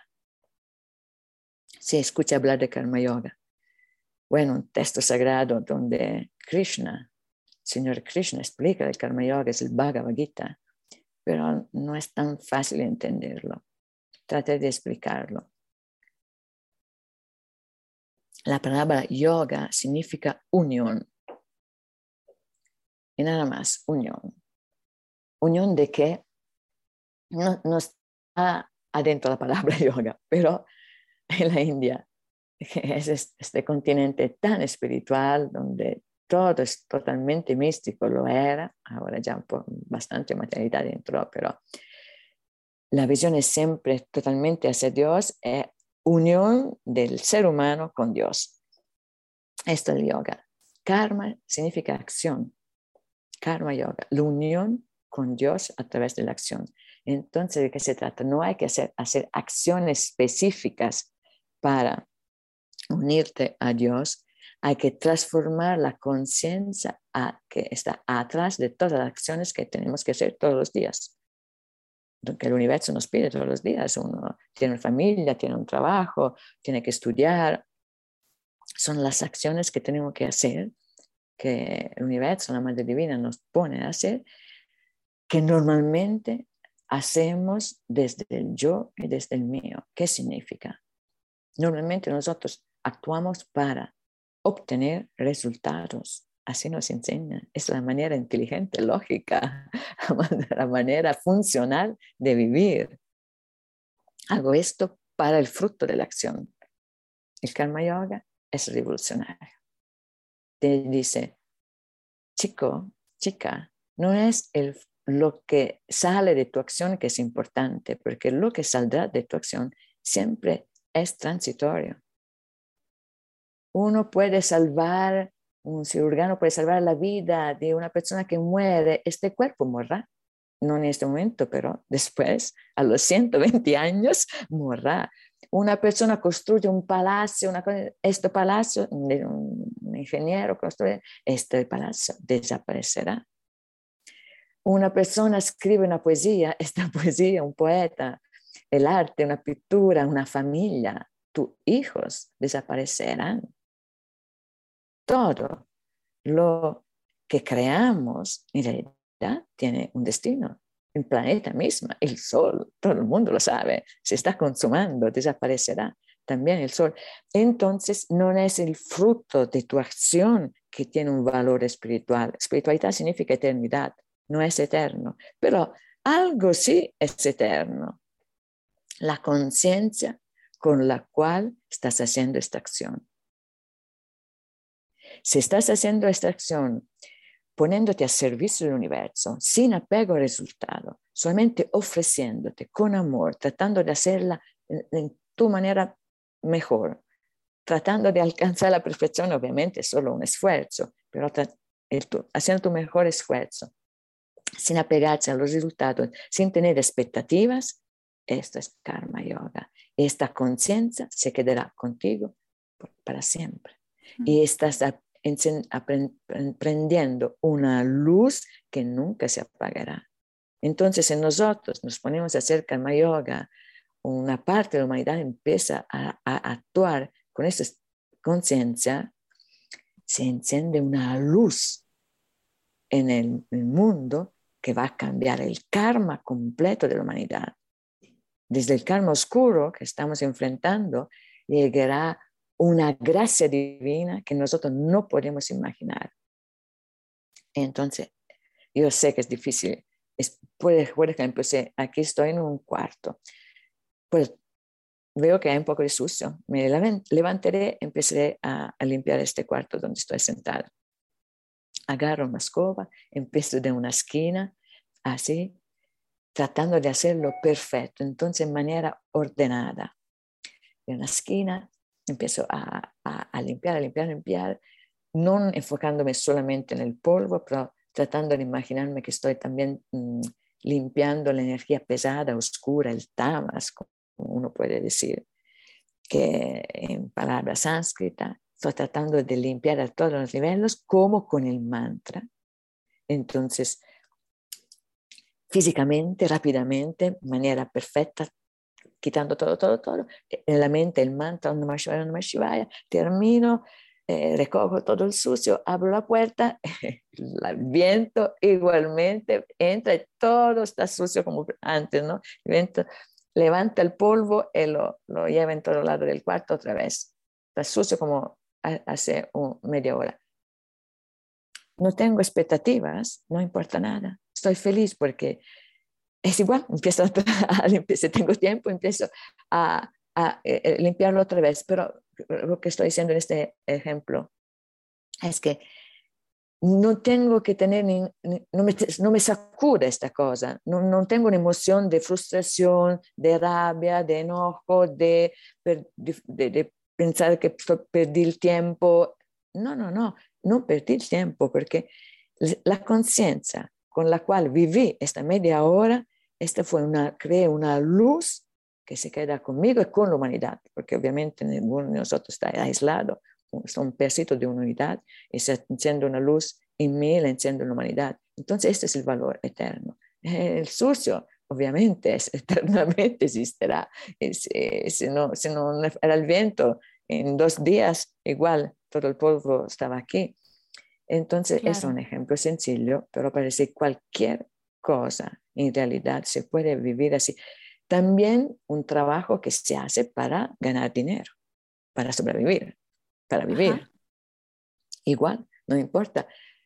Se escucha hablar de Karma Yoga. Bueno, un texto sagrado donde Señor Krishna explica el Karma Yoga, es el Bhagavad Gita, pero no es tan fácil entenderlo. Traté de explicarlo. La palabra yoga significa unión. Y nada más, unión. ¿Unión de qué? No está adentro la palabra yoga, pero en la India es este continente tan espiritual donde todo es totalmente místico, lo era, ahora ya bastante materialidad dentro, pero la visión es siempre totalmente hacia Dios, es unión del ser humano con Dios. Esto es el yoga. Karma significa acción. Karma yoga, la unión con Dios a través de la acción. Entonces, ¿de qué se trata? No hay que hacer acciones específicas para unirte a Dios. Hay que transformar la conciencia que está atrás de todas las acciones que tenemos que hacer todos los días. Que el universo nos pide todos los días. Uno tiene una familia, tiene un trabajo, tiene que estudiar. Son las acciones que tenemos que hacer, que el universo, la Madre Divina nos pone a hacer, que normalmente hacemos desde el yo y desde el mío. ¿Qué significa? Normalmente nosotros actuamos para obtener resultados. Así nos enseñan. Es la manera inteligente, lógica, la manera funcional de vivir. Hago esto para el fruto de la acción. El Karma Yoga es revolucionario. Te dice, chico, chica, no es lo que sale de tu acción que es importante, porque lo que saldrá de tu acción siempre es transitorio. Un cirujano puede salvar la vida de una persona que muere, este cuerpo morirá, no en este momento, pero después, a los 120 años, morirá. Una persona construye un palacio, este palacio, un ingeniero construye, este palacio desaparecerá. Una persona escribe una poesía, esta poesía, un poeta, el arte, una pintura, una familia, tus hijos desaparecerán. Todo lo que creamos en realidad tiene un destino. El planeta mismo, el sol, todo el mundo lo sabe, se está consumando, desaparecerá también el sol. Entonces no es el fruto de tu acción que tiene un valor espiritual. Espiritualidad significa eternidad, no es eterno, pero algo sí es eterno. La conciencia con la cual estás haciendo esta acción. Si estás haciendo esta acción poniéndote a servicio del universo, sin apego al resultado, solamente ofreciéndote con amor, tratando de hacerla en tu manera mejor, tratando de alcanzar la perfección, obviamente es solo un esfuerzo, pero haciendo tu mejor esfuerzo, sin apegarse a los resultados, sin tener expectativas, esto es Karma Yoga. Esta conciencia se quedará contigo para siempre. Y estás aprendiendo una luz que nunca se apagará. Entonces, si nosotros nos ponemos a hacer Karma Yoga, una parte de la humanidad empieza a actuar con esa conciencia, se enciende una luz en el mundo que va a cambiar el karma completo de la humanidad. Desde el karma oscuro que estamos enfrentando, llegará una gracia divina que nosotros no podemos imaginar. Entonces, yo sé que es difícil. Por ejemplo, si aquí estoy en un cuarto, pues veo que hay un poco de sucio. Me levantaré, empezaré a limpiar este cuarto donde estoy sentada. agarro una escoba, empiezo de una esquina, así, tratando de hacerlo perfecto, entonces en manera ordenada. De una esquina empiezo a limpiar, no enfocándome solamente en el polvo, pero tratando de imaginarme que estoy también limpiando la energía pesada, oscura, el tamas, como uno puede decir, que en palabras sánscritas, estoy tratando de limpiar a todos los niveles, como con el mantra. Entonces, físicamente, rápidamente, de manera perfecta, quitando todo. En la mente el mantra, Om Namah Shivaya, termino, recojo todo el sucio, abro la puerta, el viento igualmente entra y todo está sucio como antes, ¿no? El viento levanta el polvo y lo lleva en todo lado del cuarto otra vez. Está sucio como hace media hora. No tengo expectativas, no importa nada. Estoy feliz porque es igual, empiezo a limpiar, si tengo tiempo, empiezo a limpiarlo otra vez. Pero lo que estoy diciendo en este ejemplo es que no tengo que tener, no me sacude esta cosa, no tengo una emoción de frustración, de rabia, de enojo, de pensar que perdí el tiempo. No perdí el tiempo, porque la conciencia con la cual viví esta media hora, creé una luz que se queda conmigo y con la humanidad, porque obviamente ninguno de nosotros está aislado, son un pedacito de una unidad y se enciende una luz en mí, la enciende en la humanidad. Entonces este es el valor eterno. El sucio obviamente eternamente existirá. Si no era el viento, en 2 días igual todo el polvo estaba aquí. Entonces claro, es un ejemplo sencillo, pero parece cualquier cosa en realidad se puede vivir así. También un trabajo que se hace para ganar dinero, para sobrevivir, para vivir. Ajá. Igual, no importa.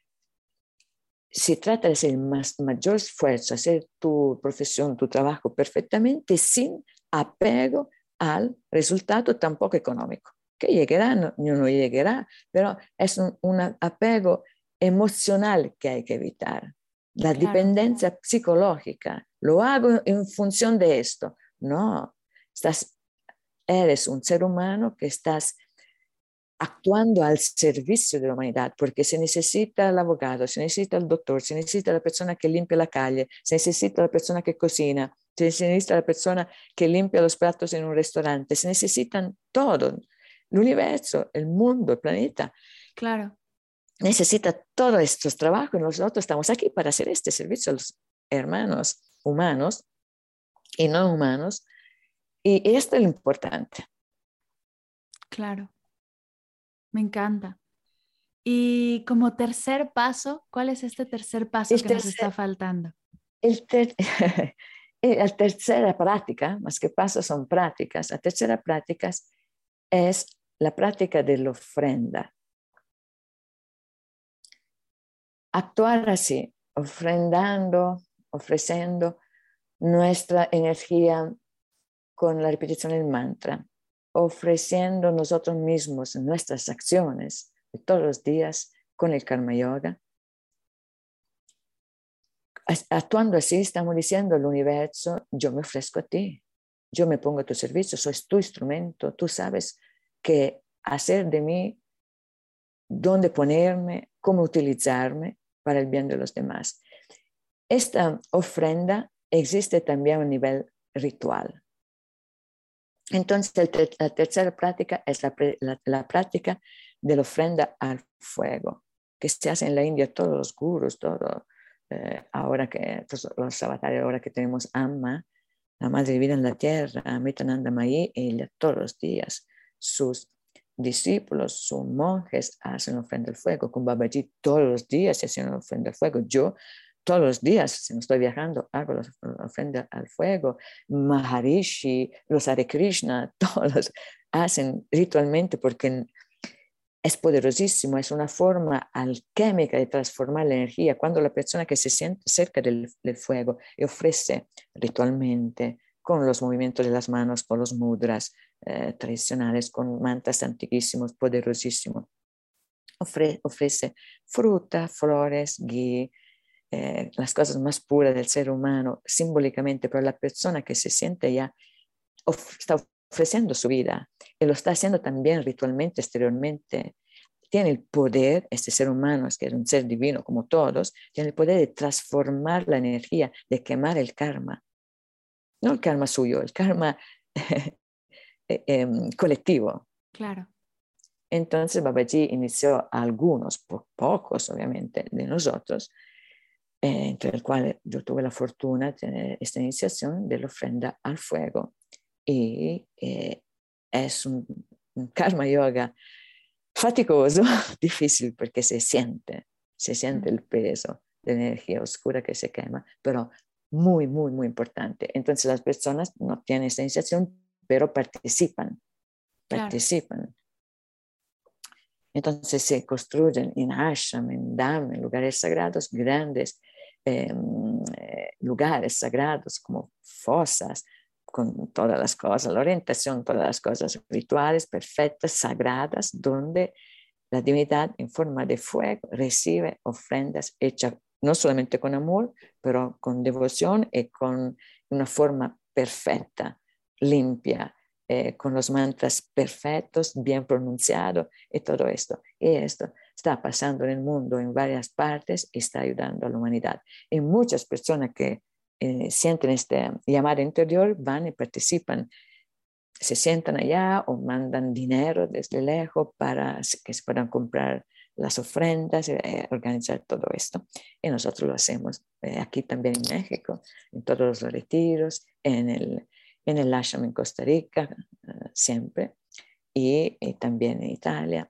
Se trata de hacer el mayor esfuerzo, hacer tu profesión, tu trabajo perfectamente sin apego al resultado tampoco económico. Que llegará, no llegará, pero es un apego emocional que hay que evitar. La dependencia psicológica. Lo hago en función de esto. No, eres un ser humano que estás actuando al servicio de la humanidad, porque se necesita el abogado, se necesita el doctor, se necesita la persona que limpia la calle, se necesita la persona que cocina, se necesita la persona que limpia los platos en un restaurante, se necesitan todo. El universo, el mundo, el planeta. Claro. Necesita todos estos trabajos y nosotros estamos aquí para hacer este servicio a los hermanos humanos y no humanos. Y esto es lo importante. Claro. Me encanta. Y como tercer paso, ¿cuál es este tercer paso que nos está faltando? La tercera práctica, más que pasos son prácticas, la tercera práctica es la práctica de la ofrenda. Actuar así, ofrendando, ofreciendo nuestra energía con la repetición del mantra, ofreciendo nosotros mismos nuestras acciones de todos los días con el Karma Yoga. Actuando así, estamos diciendo al universo, yo me ofrezco a ti, yo me pongo a tu servicio, soy tu instrumento, tú sabes qué hacer de mí, dónde ponerme, cómo utilizarme para el bien de los demás. Esta ofrenda existe también a nivel ritual. Entonces, la tercera práctica es la práctica de la ofrenda al fuego, que se hace en la India, todos los gurus, ahora que los avatares, ahora que tenemos Amma, la Madre Divina en la tierra, Amitananda Mayi, ella todos los días, sus discípulos, sus monjes hacen ofrenda al fuego, con Babaji todos los días se hacen ofrenda al fuego, yo todos los días, si no estoy viajando, hago la ofrenda al fuego. Maharishi, los Hare Krishna, todos hacen ritualmente porque es poderosísimo, es una forma alquímica de transformar la energía. Cuando la persona que se siente cerca del fuego y ofrece ritualmente, con los movimientos de las manos, con los mudras tradicionales, con mantras antiquísimos, poderosísimos, ofrece fruta, flores, ghee, las cosas más puras del ser humano simbólicamente, pero la persona que se siente ya está ofreciendo su vida y lo está haciendo también ritualmente, exteriormente. Tiene el poder, este ser humano, que es un ser divino como todos, tiene el poder de transformar la energía, de quemar el karma. No el karma suyo, el karma colectivo. Claro. Entonces Babaji inició a algunos, pocos obviamente, de nosotros, entre el cual yo tuve la fortuna de tener esta iniciación de la ofrenda al fuego. Y es un karma yoga faticoso, difícil porque se siente el peso de energía oscura que se quema, pero muy, muy, muy importante. Entonces las personas no tienen esta iniciación, pero participan. Entonces se construyen en ashram, en dham, en lugares sagrados grandes, lugares sagrados como fosas, con todas las cosas, la orientación, todas las cosas rituales perfectas, sagradas, donde la divinidad en forma de fuego recibe ofrendas hechas no solamente con amor, pero con devoción y con una forma perfecta, limpia, con los mantras perfectos, bien pronunciados y todo esto. Y esto está pasando en el mundo en varias partes y está ayudando a la humanidad. Y muchas personas que sienten este llamado interior van y participan, se sientan allá o mandan dinero desde lejos para que se puedan comprar las ofrendas, organizar todo esto. Y nosotros lo hacemos aquí también en México, en todos los retiros, en el ashram en Costa Rica, siempre, y también en Italia.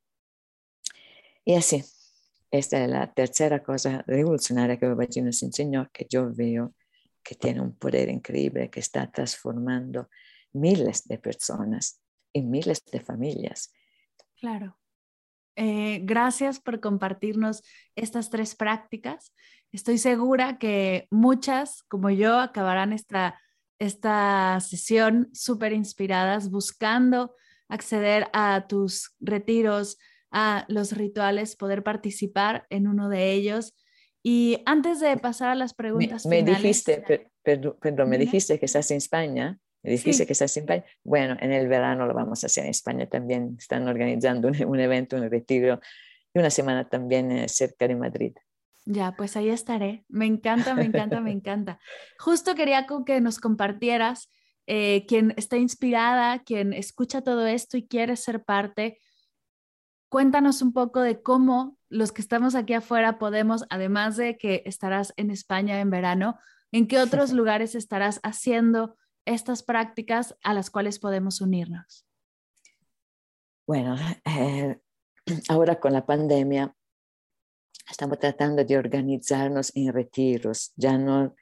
Y así, esta es la tercera cosa revolucionaria que Babaji nos enseñó, que yo veo que tiene un poder increíble, que está transformando miles de personas y miles de familias. Claro. Gracias por compartirnos estas 3 prácticas. Estoy segura que muchas, como yo, acabarán esta sesión súper inspiradas, buscando acceder a tus retiros, a los rituales, poder participar en uno de ellos. Y antes de pasar a las preguntas me finales, dijiste, perdón, me dime. dijiste que estás en España. Me dijiste Sí. que estás en España. Bueno, en el verano lo vamos a hacer en España también. Están organizando un evento, un retiro y una semana también cerca de Madrid. Ya, pues ahí estaré. Me encanta, me encanta, me encanta. Justo quería que nos compartieras, quien está inspirada, quien escucha todo esto y quiere ser parte, cuéntanos un poco de cómo los que estamos aquí afuera podemos, además de que estarás en España en verano, en qué otros lugares estarás haciendo estas prácticas a las cuales podemos unirnos. Bueno, ahora con la pandemia estamos tratando de organizarnos en retiros, ya no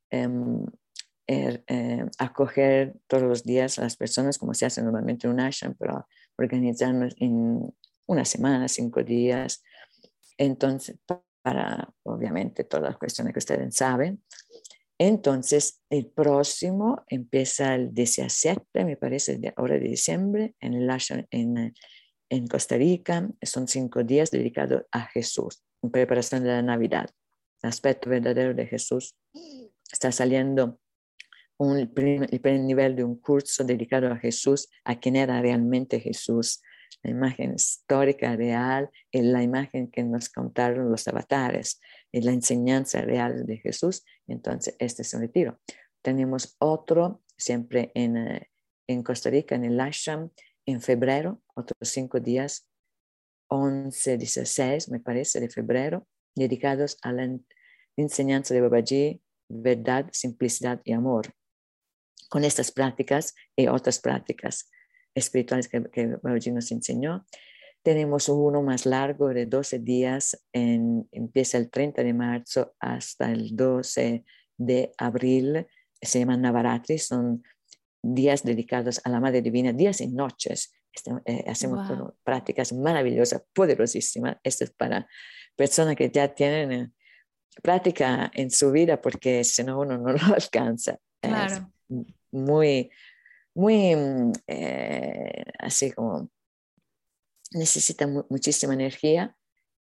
acoger todos los días a las personas como se hace normalmente en un ashram, pero organizarnos en una semana, 5 días. Entonces, para obviamente todas las cuestiones que ustedes saben. Entonces, el próximo empieza el 17, me parece, ahora de diciembre, en el ashram en Costa Rica. Son 5 días dedicados a Jesús, en preparación de la Navidad. El aspecto verdadero de Jesús. Está saliendo el primer nivel de un curso dedicado a Jesús, a quien era realmente Jesús, la imagen histórica real y la imagen que nos contaron los avatares y la enseñanza real de Jesús. Entonces, este es un retiro. Tenemos otro siempre en Costa Rica, en el ashram, en febrero, otros 5 días, 11, 16, me parece, de febrero, dedicados a la enseñanza de Babaji, verdad, simplicidad y amor. Con estas prácticas y otras prácticas espirituales que Babaji nos enseñó. Tenemos uno más largo de 12 días, empieza el 30 de marzo hasta el 12 de abril, se llaman Navaratri, son días dedicados a la Madre Divina, días y noches. Hacemos prácticas maravillosas, poderosísimas. Esto es para personas que ya tienen práctica en su vida, porque si no uno no lo alcanza. Claro. Es muy, muy así como necesita muchísima energía,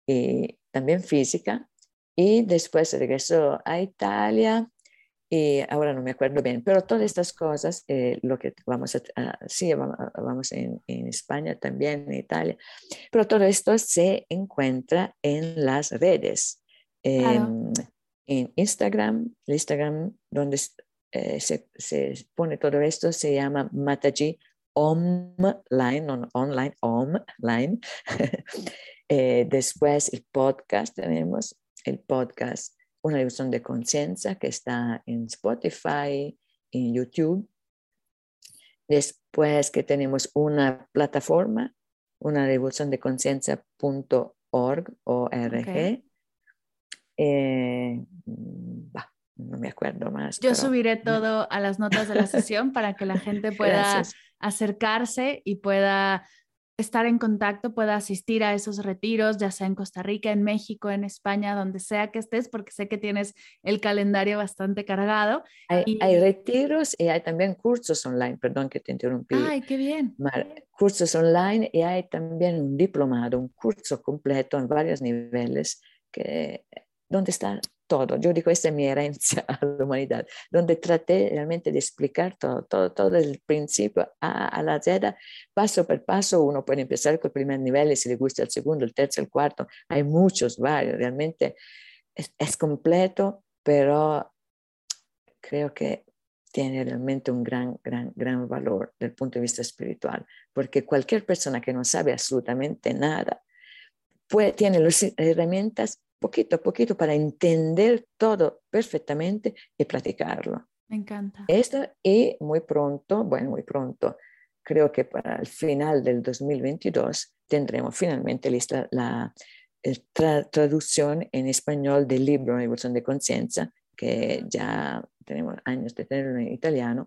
y también física. Y después regresó a Italia y ahora no me acuerdo bien, pero todas estas cosas, lo que vamos vamos en España también, en Italia, pero todo esto se encuentra en las redes. Claro. En Instagram, el Instagram donde se pone todo esto se llama Mataji Online. Después el podcast, tenemos el podcast Una Revolución de Conciencia, que está en Spotify, en YouTube. Después que tenemos una plataforma, una revolución de conciencia.org, Okay. No me acuerdo más. Yo pero subiré todo a las notas de la sesión para que la gente pueda gracias. acercarse y pueda estar en contacto, pueda asistir a esos retiros, ya sea en Costa Rica, en México, en España, donde sea que estés, porque sé que tienes el calendario bastante cargado. Hay retiros y hay también cursos online, perdón que te interrumpí. ¡Ay, qué bien! Cursos online y hay también un diplomado, un curso completo en varios niveles, donde está todo. Yo digo, esta es mi herencia a la humanidad, donde traté realmente de explicar todo desde el principio a la Z, paso por paso. Uno puede empezar con el primer nivel y si le gusta el segundo, el tercero, el cuarto. Hay muchos, varios. Realmente es completo, pero creo que tiene realmente un gran valor desde el punto de vista espiritual, porque cualquier persona que no sabe absolutamente nada tiene las herramientas poquito a poquito para entender todo perfectamente y practicarlo. Me encanta. Esto, y muy pronto, creo que para el final del 2022 tendremos finalmente lista la traducción en español del libro Una Revolución de Conciencia, que ya tenemos años de tenerlo en italiano,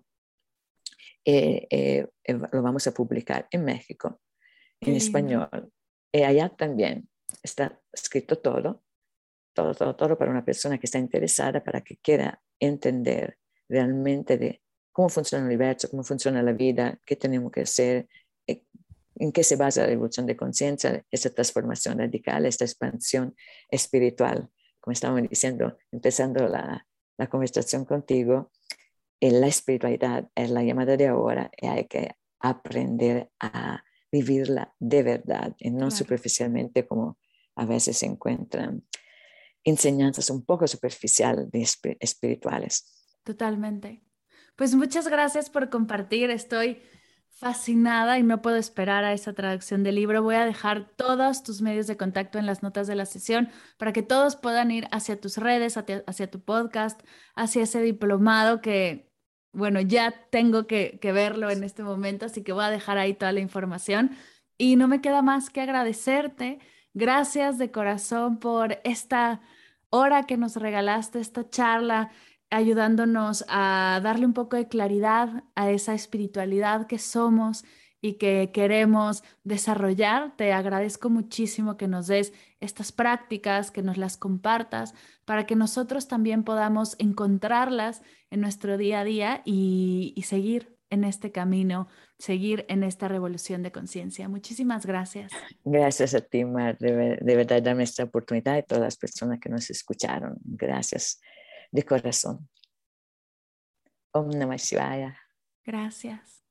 lo vamos a publicar en México, en español. Y allá también está escrito todo para una persona que está interesada, para que quiera entender realmente de cómo funciona el universo, cómo funciona la vida, qué tenemos que hacer, en qué se basa la revolución de conciencia, esa transformación radical, esta expansión espiritual. Como estábamos diciendo, empezando la conversación contigo, la espiritualidad es la llamada de ahora y hay que aprender a vivirla de verdad y no superficialmente, como a veces se encuentran enseñanzas un poco superficiales espirituales. Totalmente. Pues muchas gracias por compartir. Estoy fascinada y no puedo esperar a esa traducción del libro. Voy a dejar todos tus medios de contacto en las notas de la sesión para que todos puedan ir hacia tus redes, hacia tu podcast, hacia ese diplomado que, bueno, ya tengo que verlo en este momento, así que voy a dejar ahí toda la información. Y no me queda más que agradecerte. Gracias de corazón por esta hora que nos regalaste, esta charla, ayudándonos a darle un poco de claridad a esa espiritualidad que somos y que queremos desarrollar. Te agradezco muchísimo que nos des estas prácticas, que nos las compartas, para que nosotros también podamos encontrarlas en nuestro día a día y seguir en este camino, seguir en esta revolución de conciencia. Muchísimas gracias. Gracias a ti, Mar, de verdad darme esta oportunidad y a todas las personas que nos escucharon. Gracias de corazón. Om Namah Shivaya. Gracias.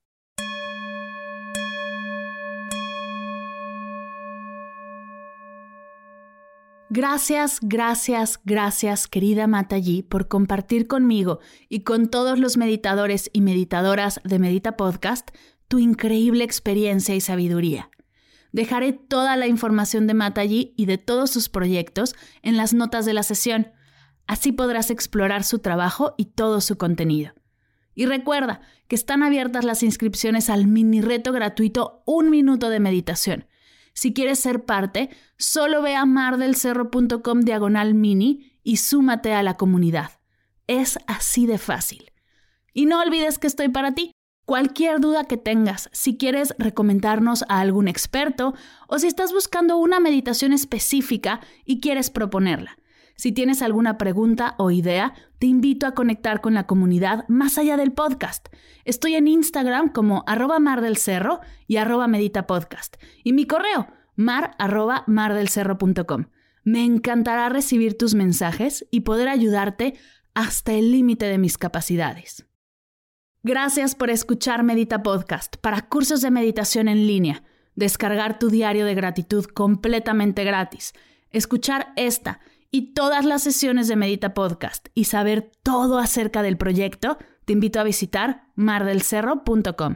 Gracias, querida Mataji, por compartir conmigo y con todos los meditadores y meditadoras de Medita Podcast tu increíble experiencia y sabiduría. Dejaré toda la información de Mataji y de todos sus proyectos en las notas de la sesión. Así podrás explorar su trabajo y todo su contenido. Y recuerda que están abiertas las inscripciones al mini reto gratuito 1 minuto de meditación. Si quieres ser parte, solo ve a mardelcerro.com/mini y súmate a la comunidad. Es así de fácil. Y no olvides que estoy para ti. Cualquier duda que tengas, si quieres recomendarnos a algún experto o si estás buscando una meditación específica y quieres proponerla. Si tienes alguna pregunta o idea, te invito a conectar con la comunidad más allá del podcast. Estoy en Instagram como @mardelcerro y @meditapodcast. Y mi correo, mar@mardelcerro.com. Me encantará recibir tus mensajes y poder ayudarte hasta el límite de mis capacidades. Gracias por escuchar Medita Podcast para cursos de meditación en línea, descargar tu diario de gratitud completamente gratis, escuchar esta y todas las sesiones de Medita Podcast y saber todo acerca del proyecto. Te invito a visitar mardelcerro.com.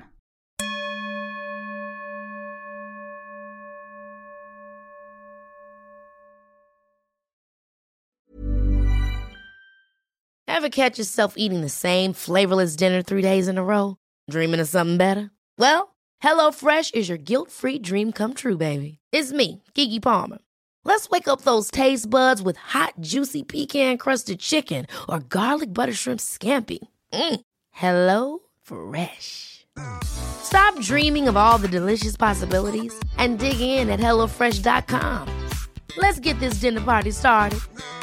Ever catch yourself eating the same flavorless dinner 3 days in a row? Dreaming of something better? Well, HelloFresh is your guilt-free dream come true, baby. It's me, Keke Palmer. Let's wake up those taste buds with hot, juicy pecan-crusted chicken or garlic butter shrimp scampi. Hello Fresh. Stop dreaming of all the delicious possibilities and dig in at HelloFresh.com. Let's get this dinner party started.